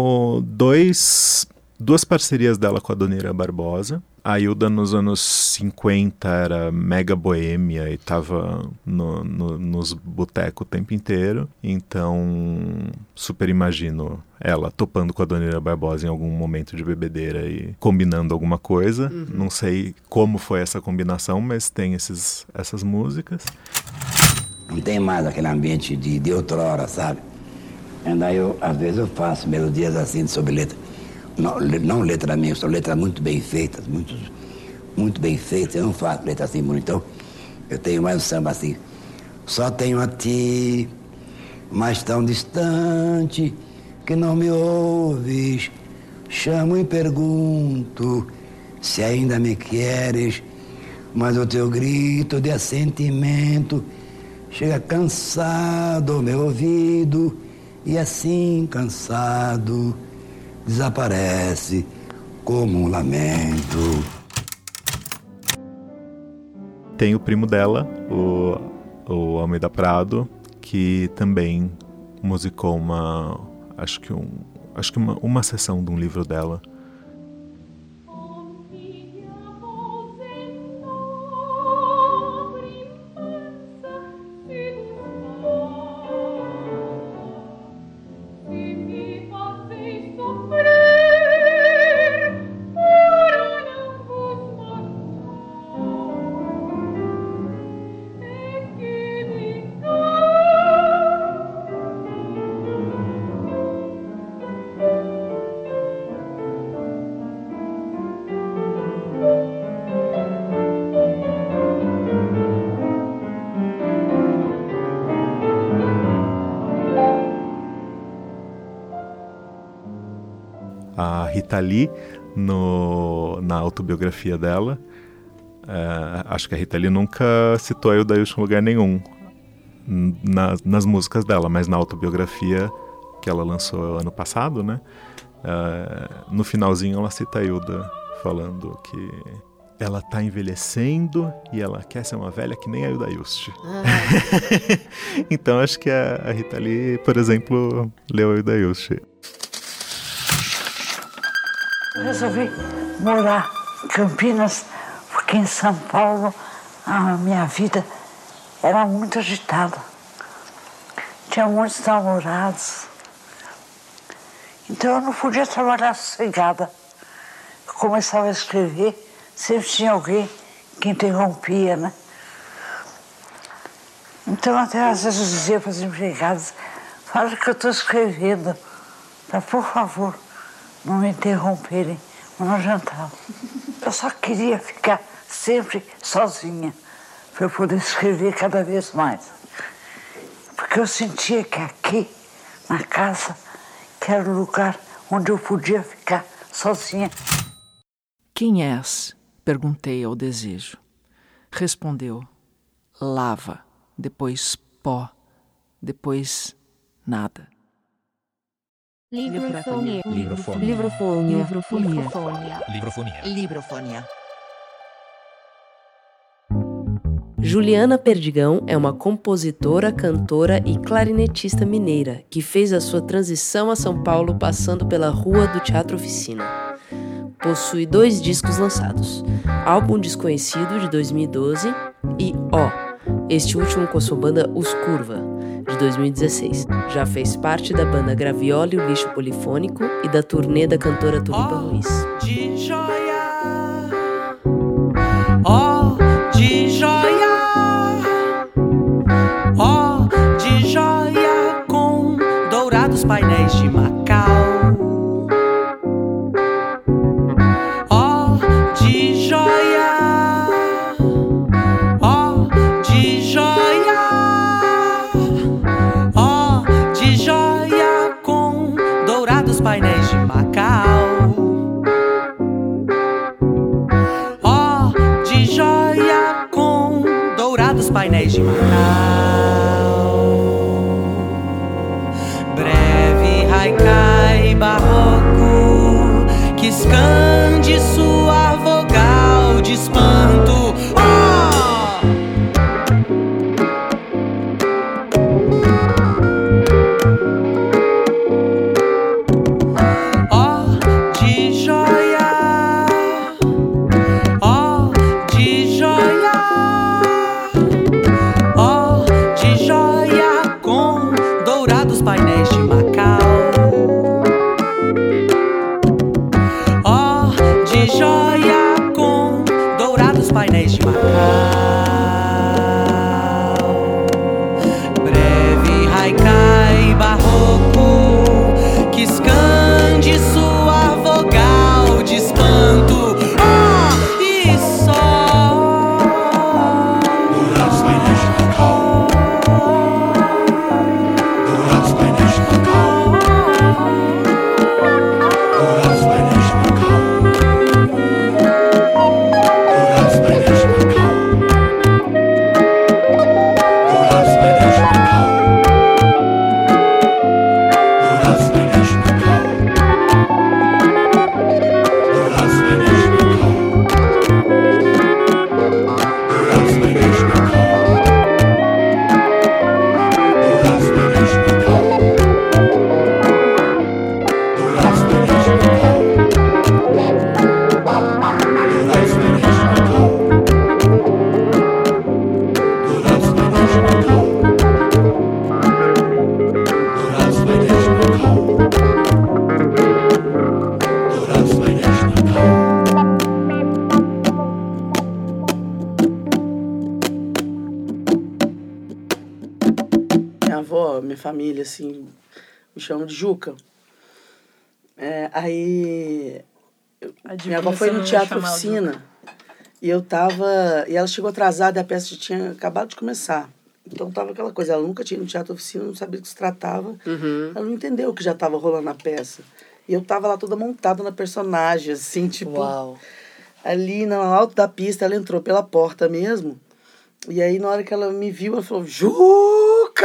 duas parcerias dela com a Dona Barbosa. A Hilda nos anos 50 era mega boêmia e tava nos botecos o tempo inteiro. Então, super imagino ela topando com a Dona Barbosa em algum momento de bebedeira e combinando alguma coisa. Não sei como foi essa combinação, mas tem essas músicas. Não tem mais aquele ambiente de outrora, sabe? E daí às vezes eu faço melodias assim sobre letra. Não letra minha, são letras muito bem feitas, muito bem feitas. Eu não faço letra assim bonitão. Eu tenho mais um samba assim. Só tenho a ti, mas tão distante, que não me ouves. Chamo e pergunto se ainda me queres, mas o teu grito de assentimento chega cansado ao meu ouvido, e assim cansado desaparece como um lamento. Tem o primo dela, o Almeida Prado, que também musicou uma sessão de um livro dela. A Rita Lee, na autobiografia dela, acho que a Rita Lee nunca citou a Hilda Ilst em lugar nenhum nas músicas dela, mas na autobiografia que ela lançou ano passado, né, no finalzinho ela cita a Hilda falando que ela tá envelhecendo e ela quer ser uma velha que nem a Hilda Ilst. Então acho que a Rita Lee, por exemplo, leu a Hilda Ilst. Eu resolvi morar em Campinas, porque em São Paulo a minha vida era muito agitada. Tinha muitos namorados. Então eu não podia trabalhar sossegada. Eu começava a escrever, sempre tinha alguém que interrompia, né? Então até às vezes eu dizia para as empregadas, fala que eu estou escrevendo, tá, por favor, não me interromperem no jantar. Eu só queria ficar sempre sozinha, para eu poder escrever cada vez mais. Porque eu sentia que aqui, na casa, que era o lugar onde eu podia ficar sozinha. Quem és? Perguntei ao desejo. Respondeu, lava, depois pó, depois nada. Livrofonia. Juliana Perdigão é uma compositora, cantora e clarinetista mineira que fez a sua transição a São Paulo passando pela Rua do Teatro Oficina. Possui 2 discos lançados, Álbum Desconhecido, de 2012, e este último com a sua banda Os Curva, de 2016. Já fez parte da banda Graviola e o Lixo Polifônico e da turnê da cantora Tulipa Ruiz. De joia, de joia, de joia com painéis de Macau. Ó de joia, ó de joia, ó de joia com dourados painéis de Macau. Ó de joia com dourados painéis de Macau. Breve haikai barroco que escande sua vogal de espanto. Ó de joia, ó de joia, ó de joia com dourados painéis de Macau. Ó de joia com dourados painéis de Macau. Breve haikai barroco que escande sua vogal de espanto. E só dourados painéis de Macau. Dourados painéis de Macau. Dourados painéis de Macau. Dourados painéis de Macau. Dourados painéis de Macau. Dourados painéis de Macau. Dourados painéis de Macau. Dourados painéis de Macau. Dourados painéis de Macau. Dourados painéis de Macau. Dourados painéis de Macau. Dourados painéis de Macau. Dourados painéis de Macau. Dourados painéis de Macau. Minha avó, minha família, assim, me chamam de Juca. Aí, minha avó foi no Teatro Oficina e eu tava... E ela chegou atrasada e a peça tinha acabado de começar. Então tava aquela coisa, ela nunca tinha ido no Teatro Oficina, não sabia do que se tratava. Ela não entendeu que já tava rolando a peça. E eu tava lá toda montada na personagem, assim, tipo... Uau. Ali no alto da pista, ela entrou pela porta mesmo. E aí, na hora que ela me viu, ela falou, Juca!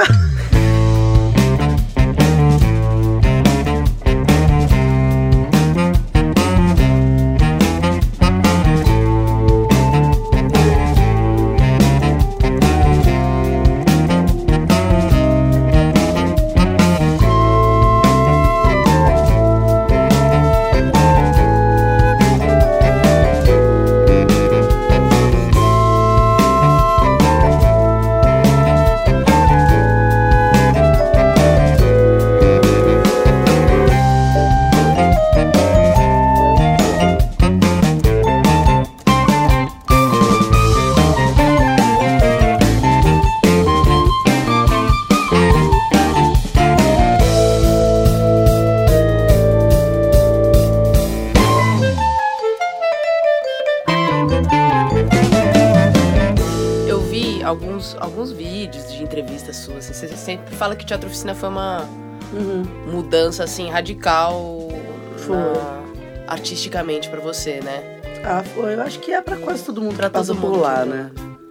Alguns vídeos de entrevistas suas, assim, você sempre fala que o Teatro Oficina foi uma mudança, assim, radical artisticamente pra você, né? Foi. Eu acho que é pra quase todo mundo que passa por lá, né?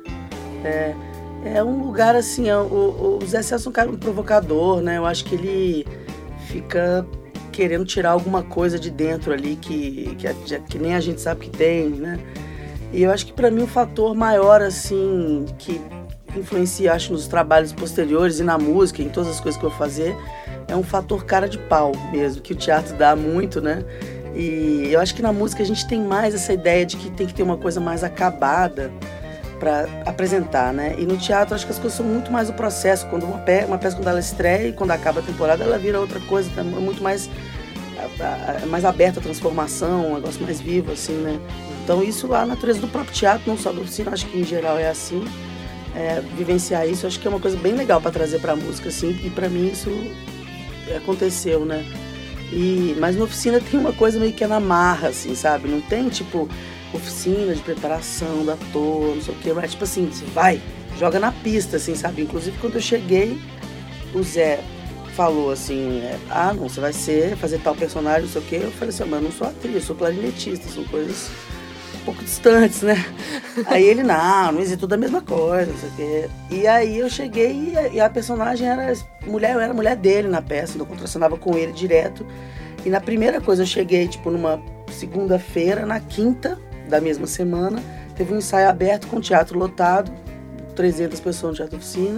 É um lugar, assim, o Zé Celso é um cara um provocador, né? Eu acho que ele fica querendo tirar alguma coisa de dentro ali que nem a gente sabe que tem, né? E eu acho que pra mim o fator maior, assim, que influencia, acho, nos trabalhos posteriores e na música, em todas as coisas que eu vou fazer, é um fator cara de pau mesmo, que o teatro dá muito, né? E eu acho que na música a gente tem mais essa ideia de que tem que ter uma coisa mais acabada para apresentar, né? E no teatro acho que as coisas são muito mais o processo. Quando uma peça, quando ela estreia e quando acaba a temporada, ela vira outra coisa, é muito mais aberta a transformação, um negócio mais vivo, assim, né? Então isso é a natureza do próprio teatro, não só da oficina, acho que em geral é assim. Vivenciar isso, acho que é uma coisa bem legal para trazer para a música, assim, e para mim isso aconteceu, né? Mas na oficina tem uma coisa meio que é na marra, assim, sabe? Não tem, tipo, oficina de preparação do ator, não sei o quê, mas tipo assim, você vai, joga na pista, assim, sabe? Inclusive, quando eu cheguei, o Zé falou assim, não, você vai fazer tal personagem, não sei o quê. Eu falei assim, mas eu não sou atriz, eu sou clarinetista, são coisas um pouco distantes, né? Aí ele, não existe tudo a mesma coisa, não sei o quê. E aí eu cheguei e a personagem eu era mulher dele na peça, então eu contracenava com ele direto. E na primeira coisa eu cheguei, tipo, numa segunda-feira, na quinta da mesma semana, teve um ensaio aberto com teatro lotado, 300 pessoas no Teatro Oficina,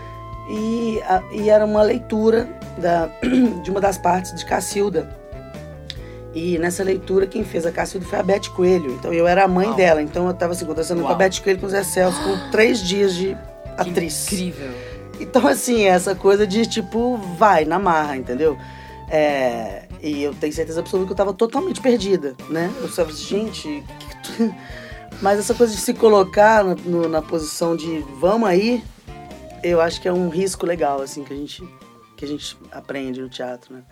e era uma leitura de uma das partes de Cacilda. E nessa leitura, quem fez a Cacilda foi a Beth Coelho. Então eu era a mãe dela. Então eu estava assim, conversando com a Beth Coelho, com o Zé Celso, com 3 dias de atriz. Que incrível. Então, assim, essa coisa de, tipo, vai na marra, entendeu? E eu tenho certeza absoluta que eu estava totalmente perdida, né? Eu estava assim, gente... Mas essa coisa de se colocar na posição de vamos aí, eu acho que é um risco legal, assim, que a gente aprende no teatro, né?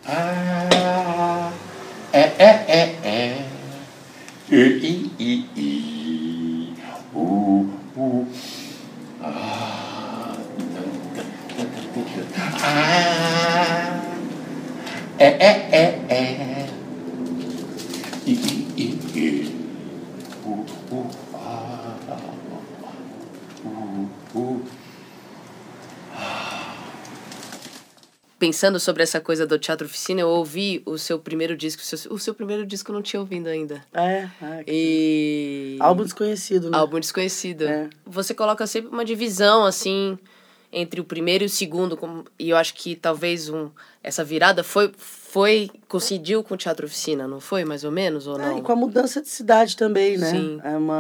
Pensando sobre essa coisa do Teatro Oficina, eu ouvi o seu primeiro disco. O seu primeiro disco eu não tinha ouvido ainda. Álbum desconhecido, né? Álbum desconhecido. Você coloca sempre uma divisão, assim, entre o primeiro e o segundo. E eu acho que talvez essa virada coincidiu com o Teatro Oficina, não foi? Mais ou menos, ou não? E com a mudança de cidade também, né? Sim.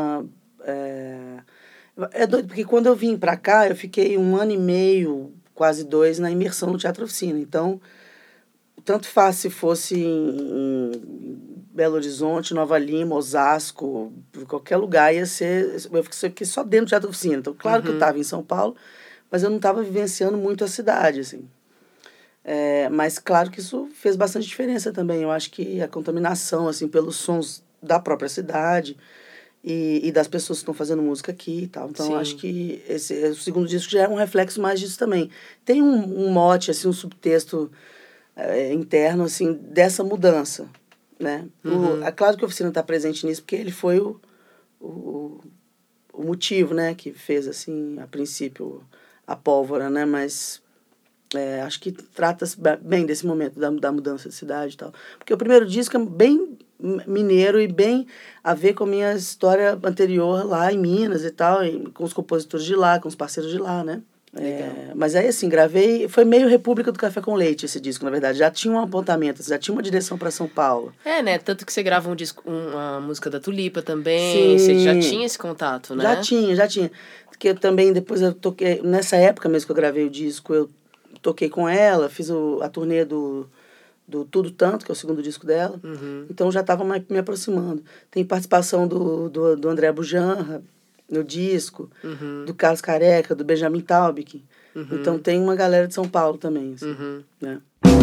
É doido, porque quando eu vim pra cá, eu fiquei 1 ano e meio... quase 2 na imersão no Teatro Oficina. Então, tanto faz se fosse em Belo Horizonte, Nova Lima, Osasco, qualquer lugar, ia ser... Eu fiquei só dentro do Teatro Oficina. Então, claro que eu estava em São Paulo, mas eu não estava vivenciando muito a cidade, assim. Mas, claro que isso fez bastante diferença também. Eu acho que a contaminação, assim, pelos sons da própria cidade... E das pessoas que estão fazendo música aqui e tal. Então, acho que o segundo disco já é um reflexo mais disso também. Tem um mote, assim, um subtexto interno, assim, dessa mudança, né? É claro que a Oficina está presente nisso, porque ele foi o motivo, né? Que fez, assim, a princípio, a pólvora, né? Mas acho que trata-se bem desse momento da mudança de cidade e tal. Porque o primeiro disco é bem... mineiro e bem a ver com a minha história anterior lá em Minas e tal, com os compositores de lá, com os parceiros de lá, né? Mas aí, assim, gravei... Foi meio República do Café com Leite esse disco, na verdade. Já tinha um apontamento, já tinha uma direção para São Paulo. Né? Tanto que você grava uma música da Tulipa também. Sim. Você já tinha esse contato, né? Já tinha. Porque eu também, depois eu toquei... Nessa época mesmo que eu gravei o disco, eu toquei com ela, fiz a turnê do Tudo Tanto, que é o segundo disco dela. Então já estava me aproximando. Tem participação do André Bujanra no disco, do Carlos Careca, do Benjamin Taubik. Então tem uma galera de São Paulo também. Assim, né?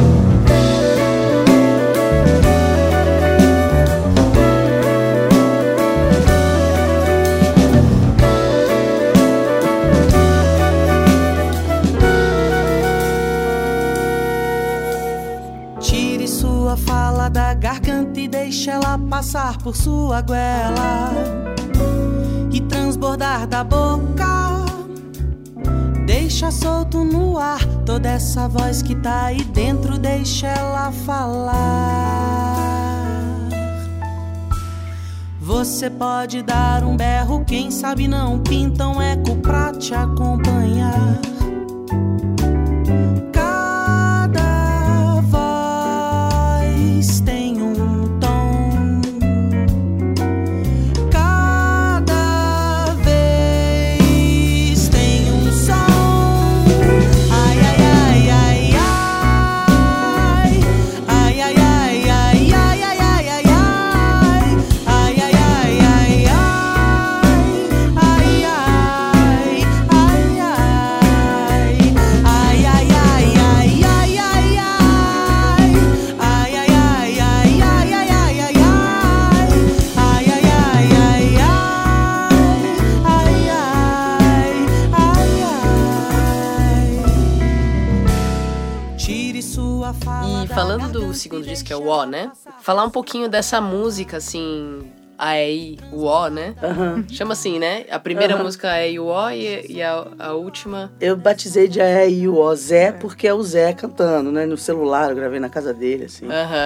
Sua fala da garganta e deixa ela passar por sua goela e transbordar da boca. Deixa solto no ar toda essa voz que tá aí dentro, deixa ela falar. Você pode dar um berro, quem sabe não pinta um eco pra te acompanhar. do segundo disco, que é o O, né? Falar um pouquinho dessa música, assim, A, E, I, o O, né? Chama assim, né? A primeira música é E, o O e a última... Eu batizei de A, E, I, o O, Zé, porque é o Zé cantando, né? No celular, eu gravei na casa dele, assim.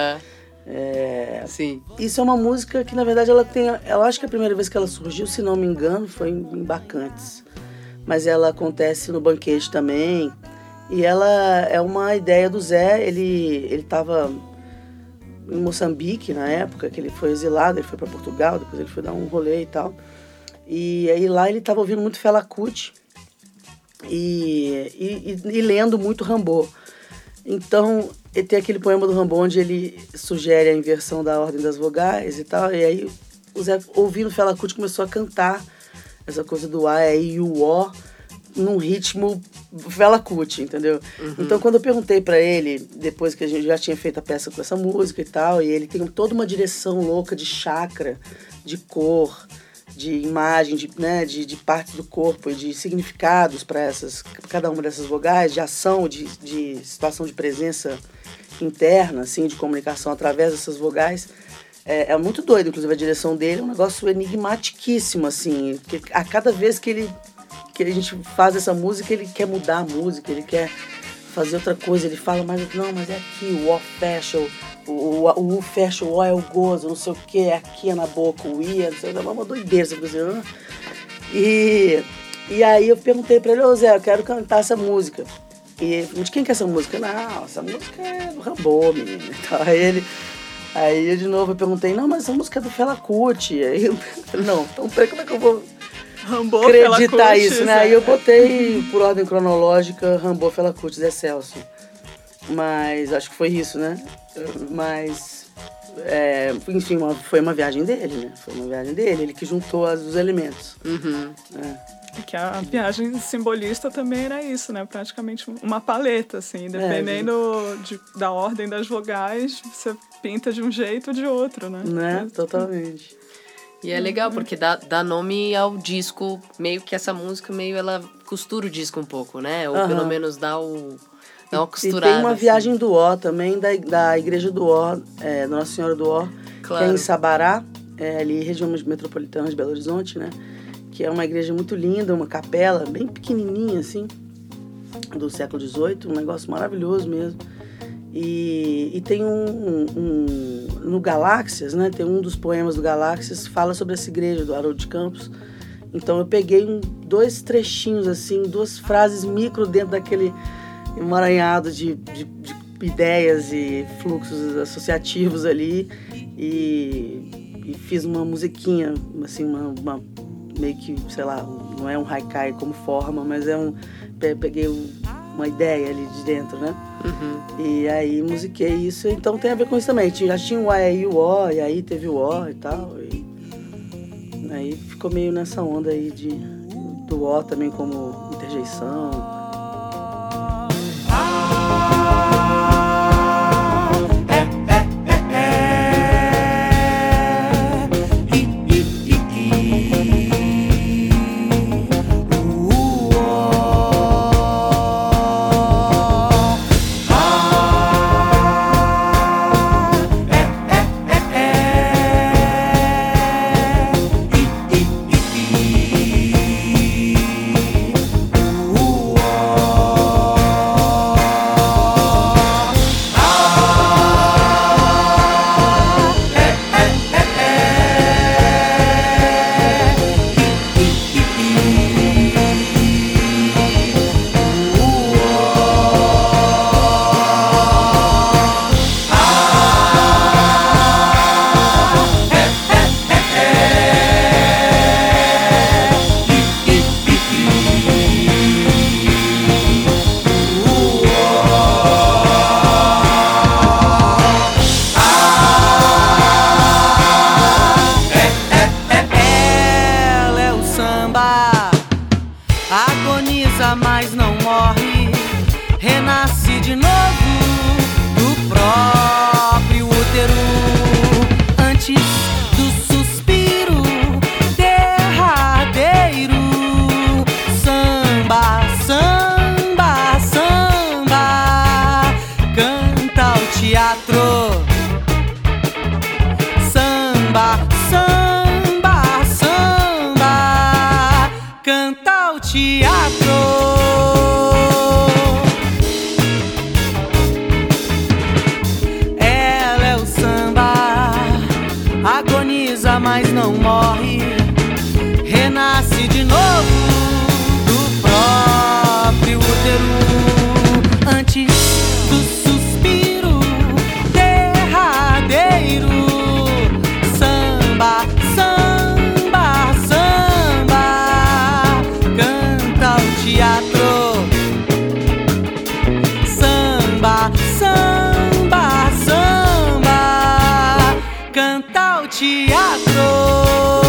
Sim. Isso é uma música que, na verdade, ela tem... Eu acho que a primeira vez que ela surgiu, se não me engano, foi em Bacantes. Mas ela acontece no Banquete também. E ela é uma ideia do Zé. Ele estava em Moçambique na época, que ele foi exilado, ele foi para Portugal, depois ele foi dar um rolê e tal. E aí lá ele estava ouvindo muito Fela Kuti e lendo muito Rimbaud. Então, tem aquele poema do Rimbaud onde ele sugere a inversão da ordem das vogais e tal. E aí o Zé, ouvindo Fela Kuti, começou a cantar essa coisa do A, E, I, o O, num ritmo Fela Kuti, entendeu? Então, quando eu perguntei pra ele, depois que a gente já tinha feito a peça com essa música e tal, e ele tem toda uma direção louca de chakra, de cor, de imagem, de partes do corpo e de significados para cada uma dessas vogais, de ação, de situação de presença interna, assim, de comunicação através dessas vogais. É muito doido, inclusive a direção dele é um negócio enigmatiquíssimo, assim, que a cada vez que a gente faz essa música, ele quer mudar a música, ele quer fazer outra coisa, ele fala, mas é aqui, o O fecha, o U fecha, o O é o gozo, não sei o que, é aqui, é na boca, o I, não sei o que, é uma doideira, sabe assim, e aí eu perguntei pra ele, Zé, eu quero cantar essa música. E de quem que é essa música? Não, essa música é do Rimbaud, menino. Então, aí eu de novo eu perguntei, não, mas essa música é do Fela Kuti. Aí eu falei, não, então peraí, como é que eu vou Rimbaud, acreditar isso, né? Aí eu botei, por ordem cronológica, Rimbaud, Fela Kuti, Zé Celso. Mas acho que foi isso, né? Mas, enfim, foi uma viagem dele, né? Foi uma viagem dele, ele que juntou os elementos. Que a viagem simbolista também era isso, né? Praticamente uma paleta, assim. Dependendo da ordem das vogais, você pinta de um jeito ou de outro, né? Né? Totalmente. E é legal, porque dá nome ao disco, meio que essa música, ela costura o disco um pouco, né? Ou pelo menos dá uma costurada. E tem uma viagem do O também, da igreja do O, da Nossa Senhora do O, claro. Que é em Sabará, ali região metropolitana de Belo Horizonte, né? Que é uma igreja muito linda, uma capela bem pequenininha, assim, do século XVIII, um negócio maravilhoso mesmo. E tem no Galáxias, né, tem um dos poemas do Galáxias, fala sobre essa igreja do Haroldo de Campos. Então eu peguei 2 trechinhos, assim, 2 frases micro dentro daquele emaranhado de ideias e fluxos associativos ali e fiz uma musiquinha, assim, uma meio que, sei lá, não é um haikai como forma, mas peguei uma ideia ali de dentro, né? E aí musiquei isso, então tem a ver com isso também. Já tinha o A, E, I, o O, e aí teve o O e tal, e aí ficou meio nessa onda aí do O também como interjeição. Teatro renasce de novo do próprio útero, antes do suspiro derradeiro. Samba, samba, samba, canta o teatro. Samba, samba, samba, canta o teatro.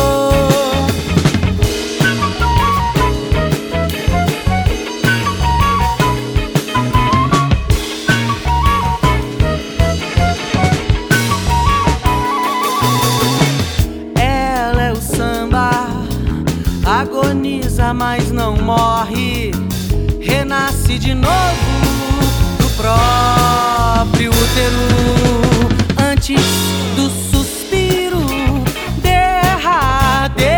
Agoniza, mas não morre, renasce de novo do próprio útero, antes do suspiro derradeiro.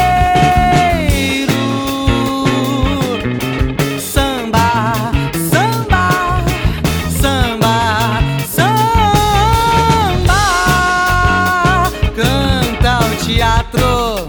Samba, samba, samba, samba, canta o teatro.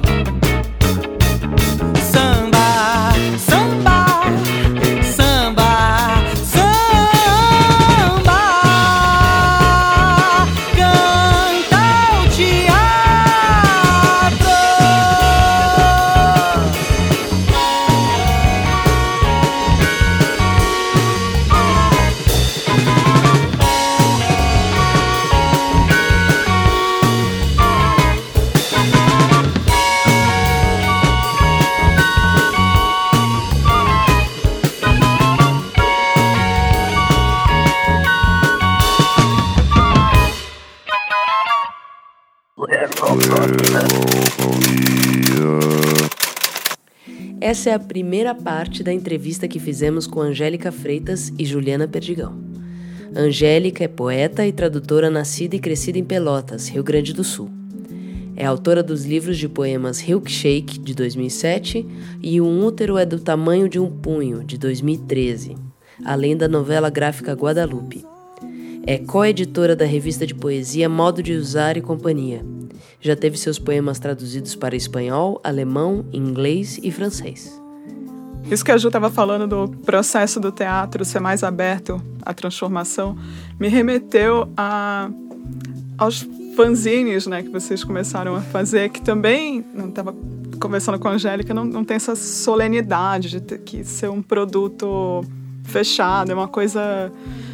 Essa é a primeira parte da entrevista que fizemos com Angélica Freitas e Juliana Perdigão. Angélica é poeta e tradutora nascida e crescida em Pelotas, Rio Grande do Sul. É autora dos livros de poemas Hilkshake, de 2007, e Um Útero é do Tamanho de um Punho, de 2013, além da novela gráfica Guadalupe. É co-editora da revista de poesia Modo de Usar e Companhia. Já teve seus poemas traduzidos para espanhol, alemão, inglês e francês. Isso que a Ju estava falando do processo do teatro ser mais aberto à transformação me remeteu aos fanzines, né, que vocês começaram a fazer, que também, não estava conversando com a Angélica, não tem essa solenidade de ter que ser um produto fechado, é uma coisa,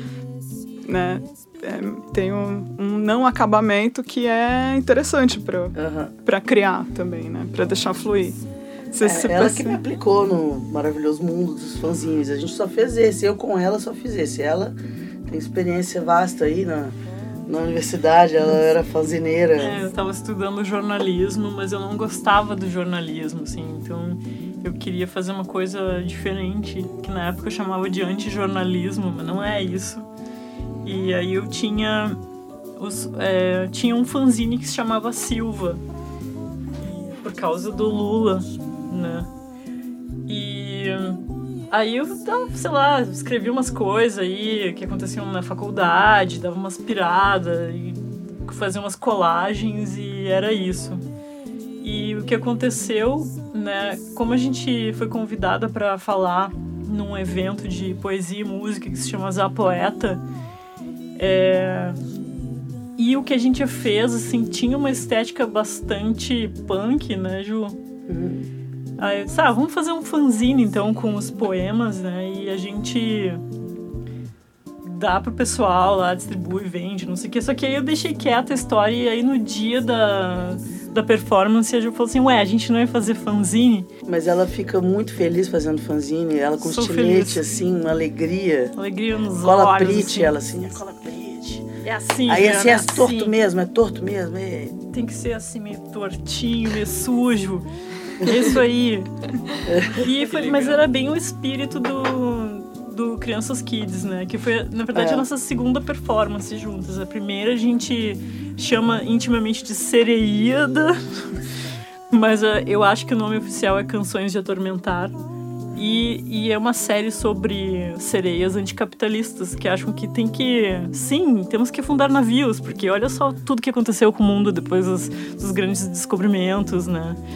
né, tem um não acabamento que é interessante para criar também, né, para deixar fluir. Ela que me aplicou no maravilhoso mundo dos fanzines. A gente só fez esse, eu com ela só fiz esse. Ela tem experiência vasta aí na universidade, ela era fanzineira. Eu estava estudando jornalismo, mas eu não gostava do jornalismo, assim, então eu queria fazer uma coisa diferente, que na época eu chamava de antijornalismo, mas não é isso. E aí eu tinha um fanzine que se chamava Silva, por causa do Lula, né? E aí eu, sei lá, escrevi umas coisas aí que aconteciam na faculdade, dava umas piradas, e fazia umas colagens e era isso. E o que aconteceu, né, como a gente foi convidada para falar num evento de poesia e música que se chama Zá Poeta, e o que a gente fez, assim, tinha uma estética bastante punk, né, Ju? Aí eu disse, vamos fazer um fanzine, então, com os poemas, né, e a gente dá pro pessoal lá, distribui, vende, não sei o que. Só que aí eu deixei quieta a história, e aí no dia da performance a Ju falou assim, a gente não ia fazer fanzine? Mas ela fica muito feliz fazendo fanzine, ela com estilete, assim, uma alegria. Alegria nos cola olhos, prite, assim. ela assim, cola prite. É assim, aí assim, é assim. torto mesmo, é torto mesmo. Tem que ser assim, meio tortinho, meio sujo. É isso aí. E foi, mas era bem o espírito do Crianças Kids, né? Que foi, na verdade, a nossa segunda performance juntas. A primeira a gente chama intimamente de Sereíada, mas eu acho que o nome oficial é Canções de Atormentar. E é uma série sobre sereias anticapitalistas que acham que temos que afundar navios, porque olha só tudo que aconteceu com o mundo depois dos grandes descobrimentos, né?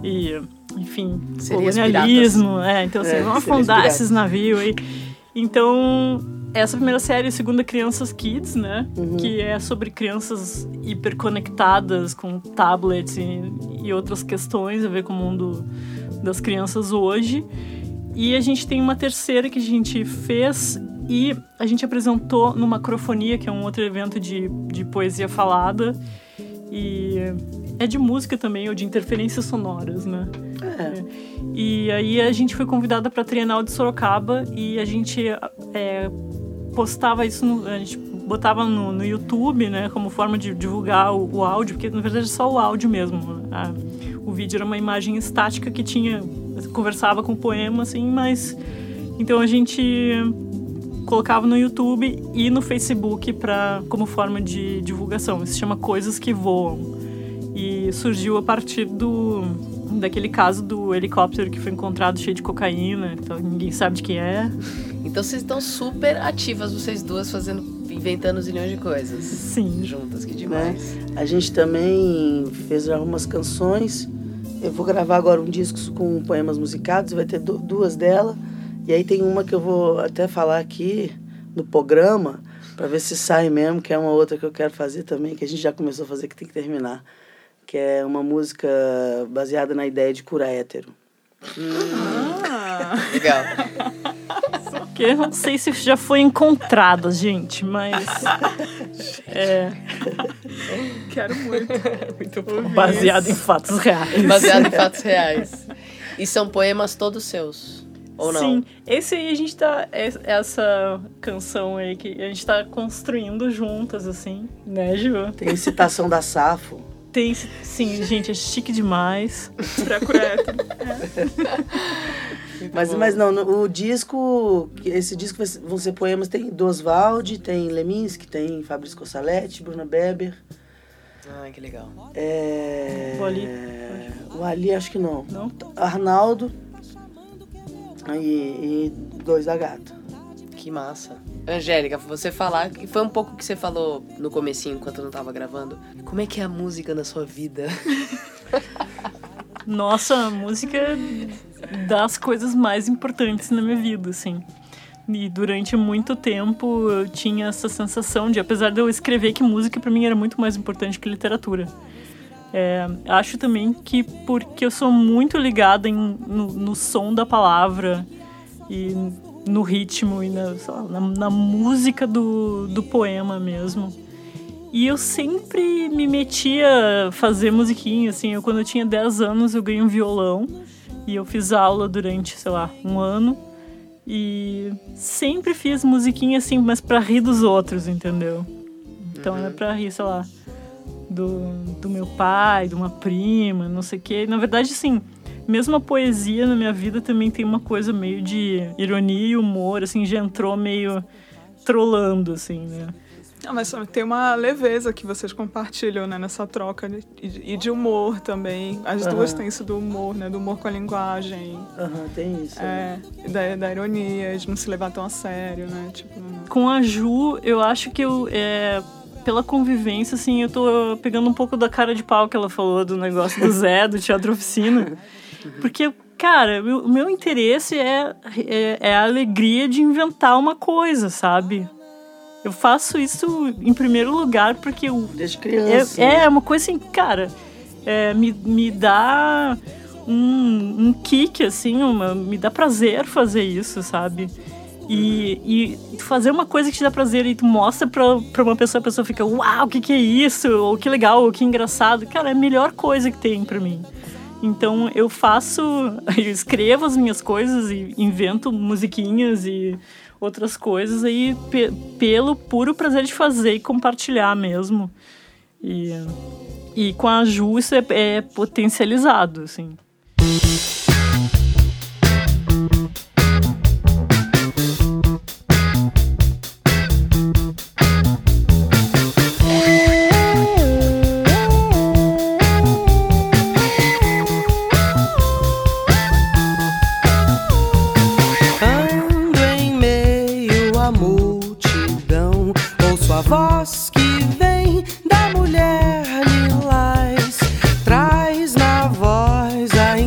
e, enfim, Seriam colonialismo. Então, assim, vamos afundar esses navios aí. Então, essa primeira série, a segunda, Crianças Kids, né? Que é sobre crianças hiperconectadas com tablets e outras questões a ver com o mundo das crianças hoje. E a gente tem uma terceira que a gente fez e a gente apresentou no Macrofonia, que é um outro evento de poesia falada. E é de música também, ou de interferências sonoras, né? E aí a gente foi convidada para a Trienal de Sorocaba e a gente postava isso, a gente botava no YouTube, né? Como forma de divulgar o áudio, porque na verdade é só o áudio mesmo. O vídeo era uma imagem estática que conversava com o poema, assim, mas... Então a gente colocava no YouTube e no Facebook como forma de divulgação. Isso se chama Coisas que Voam. E surgiu a partir daquele caso do helicóptero que foi encontrado cheio de cocaína, então ninguém sabe de quem é. Então vocês estão super ativas, vocês duas, inventando zilhões de coisas. Sim. Juntas, que demais. A gente também fez algumas canções. Eu vou gravar agora um disco com poemas musicados, vai ter duas delas. E aí tem uma que eu vou até falar aqui no programa, para ver se sai mesmo, que é uma outra que eu quero fazer também, que a gente já começou a fazer, que tem que terminar. Que é uma música baseada na ideia de cura hétero. Legal. Que eu não sei se já foi encontrada, gente, mas... Quero muito. Muito bom. Baseado em fatos reais. Baseado em fatos reais. E são poemas todos seus? Ou não? Sim, esse aí a gente tá... Essa canção aí que a gente tá construindo juntas, assim, né, Ju? Tem citação da Safo. Tem, sim, gente, é chique demais. Mas não, o disco... Esse disco vão ser poemas, tem do Oswald, tem Leminski, tem Fabrício Cossaletti, Bruna Beber. Que legal. O Ali acho que não. Não? Arnaldo e dois da Gata. Que massa. Angélica, você falar, que foi um pouco que você falou no comecinho, enquanto eu não tava gravando. Como é que é a música na sua vida? Nossa, a música é das coisas mais importantes na minha vida, assim. E durante muito tempo eu tinha essa sensação de, apesar de eu escrever, que música pra mim era muito mais importante que literatura. Acho também que porque eu sou muito ligada no som da palavra e no ritmo e na música do poema mesmo. E eu sempre me metia a fazer musiquinha, assim. Quando eu tinha 10 anos, eu ganhei um violão e eu fiz aula durante, sei lá, 1 ano. E sempre fiz musiquinha, assim, mas pra rir dos outros, entendeu? Então era pra rir, sei lá, do meu pai, de uma prima, não sei o quê. Na verdade, assim... Mesmo a poesia na minha vida também tem uma coisa meio de ironia e humor, assim, já entrou meio trolando, assim, né? Não, mas tem uma leveza que vocês compartilham, né, nessa troca, né? E de humor também. As duas têm isso do humor, né? Do humor com a linguagem. Tem isso. Da ironia, de não se levar tão a sério, né? Tipo... Com a Ju, eu acho que pela convivência, assim, eu tô pegando um pouco da cara de pau que ela falou do negócio do Zé, do Teatro Oficina. Porque, cara, o meu interesse é a alegria de inventar uma coisa, sabe? Eu faço isso em primeiro lugar porque desde criança. É uma coisa assim, cara, me dá um kick, assim, me dá prazer fazer isso, sabe? E fazer uma coisa que te dá prazer e tu mostra pra uma pessoa, a pessoa fica, uau, o que é isso? Ou que legal, ou que engraçado. Cara, é a melhor coisa que tem pra mim. Então eu escrevo as minhas coisas e invento musiquinhas e outras coisas aí pelo puro prazer de fazer e compartilhar mesmo. E com a Ju isso é potencializado, assim. Voz que vem da mulher lilás traz na voz a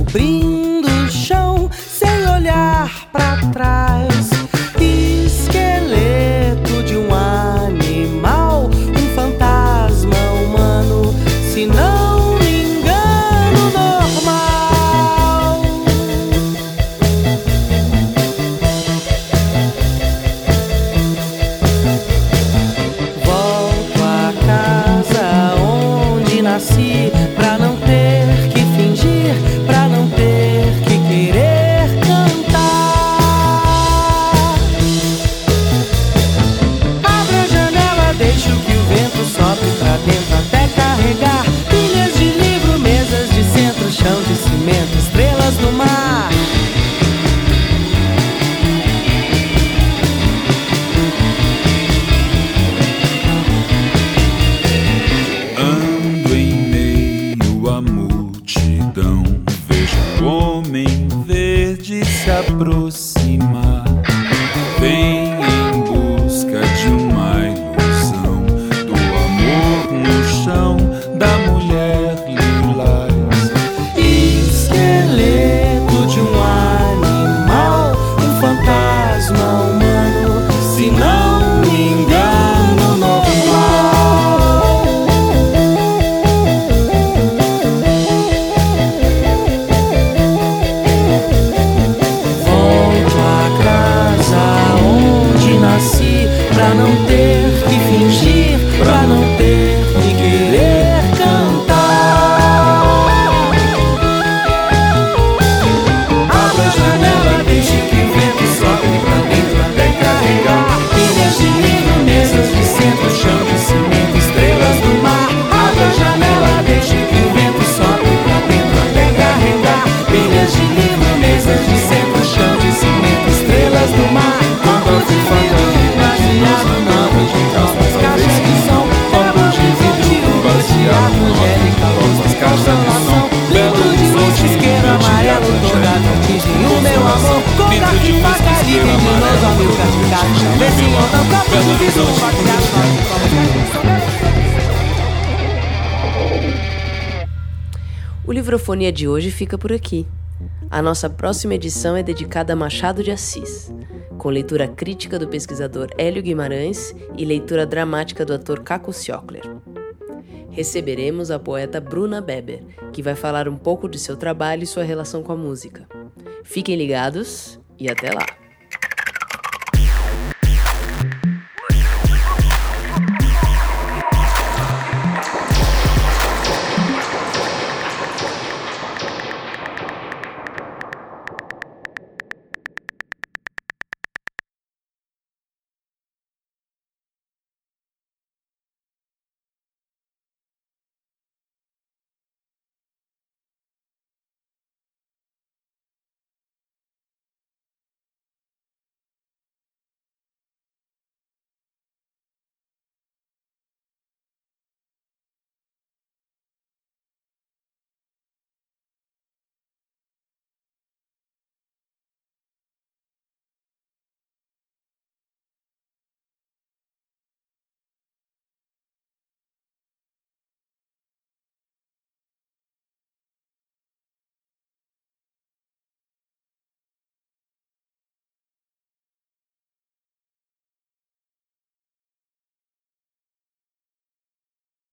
cobrindo o chão sem olhar pra trás. Esqueleto de um animal, um fantasma humano, se não me engano, normal. Volto à casa onde nasci, pra não ter que fingir, pra não ter que querer cantar. Abro a janela, deixo que o vento sopre pra dentro até carregar pilhas de livro, mesas de centro, chão de cimento, estrelas do mar. Ando em meio à multidão, vejo o homem verde se aproximar. Vem em busca de uma ilusão, do amor no chão, da mulher lilás. Esqueleto de um animal, um fantasma humano, se não me engano, normal. Volto à casa onde nasci, pra não ter que fingir, pra não ter que querer cantar. Abro a janela, deixe que o vento sopre pra dentro até carregar pilhas de livro, mesas de centro, chão de cimento, estrelas do mar. Abro a janela, deixe que o vento sopre pra dentro até carregar pilhas de livro, mesas de centro, chão de cimento, estrelas do mar. Copos de fantasma, baseado novas de calças, caixas de som, copos de vidro, baseado angélica, rosas, caixas de som, lindo de luz, isqueiro amarelo, toda vertigem, o meu amor, contra que faca, criminoso, amigo castigado, vê-se ou não, copos de vidro, baseado, O Livrofonia de hoje fica por aqui. A nossa próxima edição é dedicada a Machado de Assis, com leitura crítica do pesquisador Hélio Guimarães e leitura dramática do ator Caco Ciocler. Receberemos a poeta Bruna Beber, que vai falar um pouco de seu trabalho e sua relação com a música. Fiquem ligados e até lá!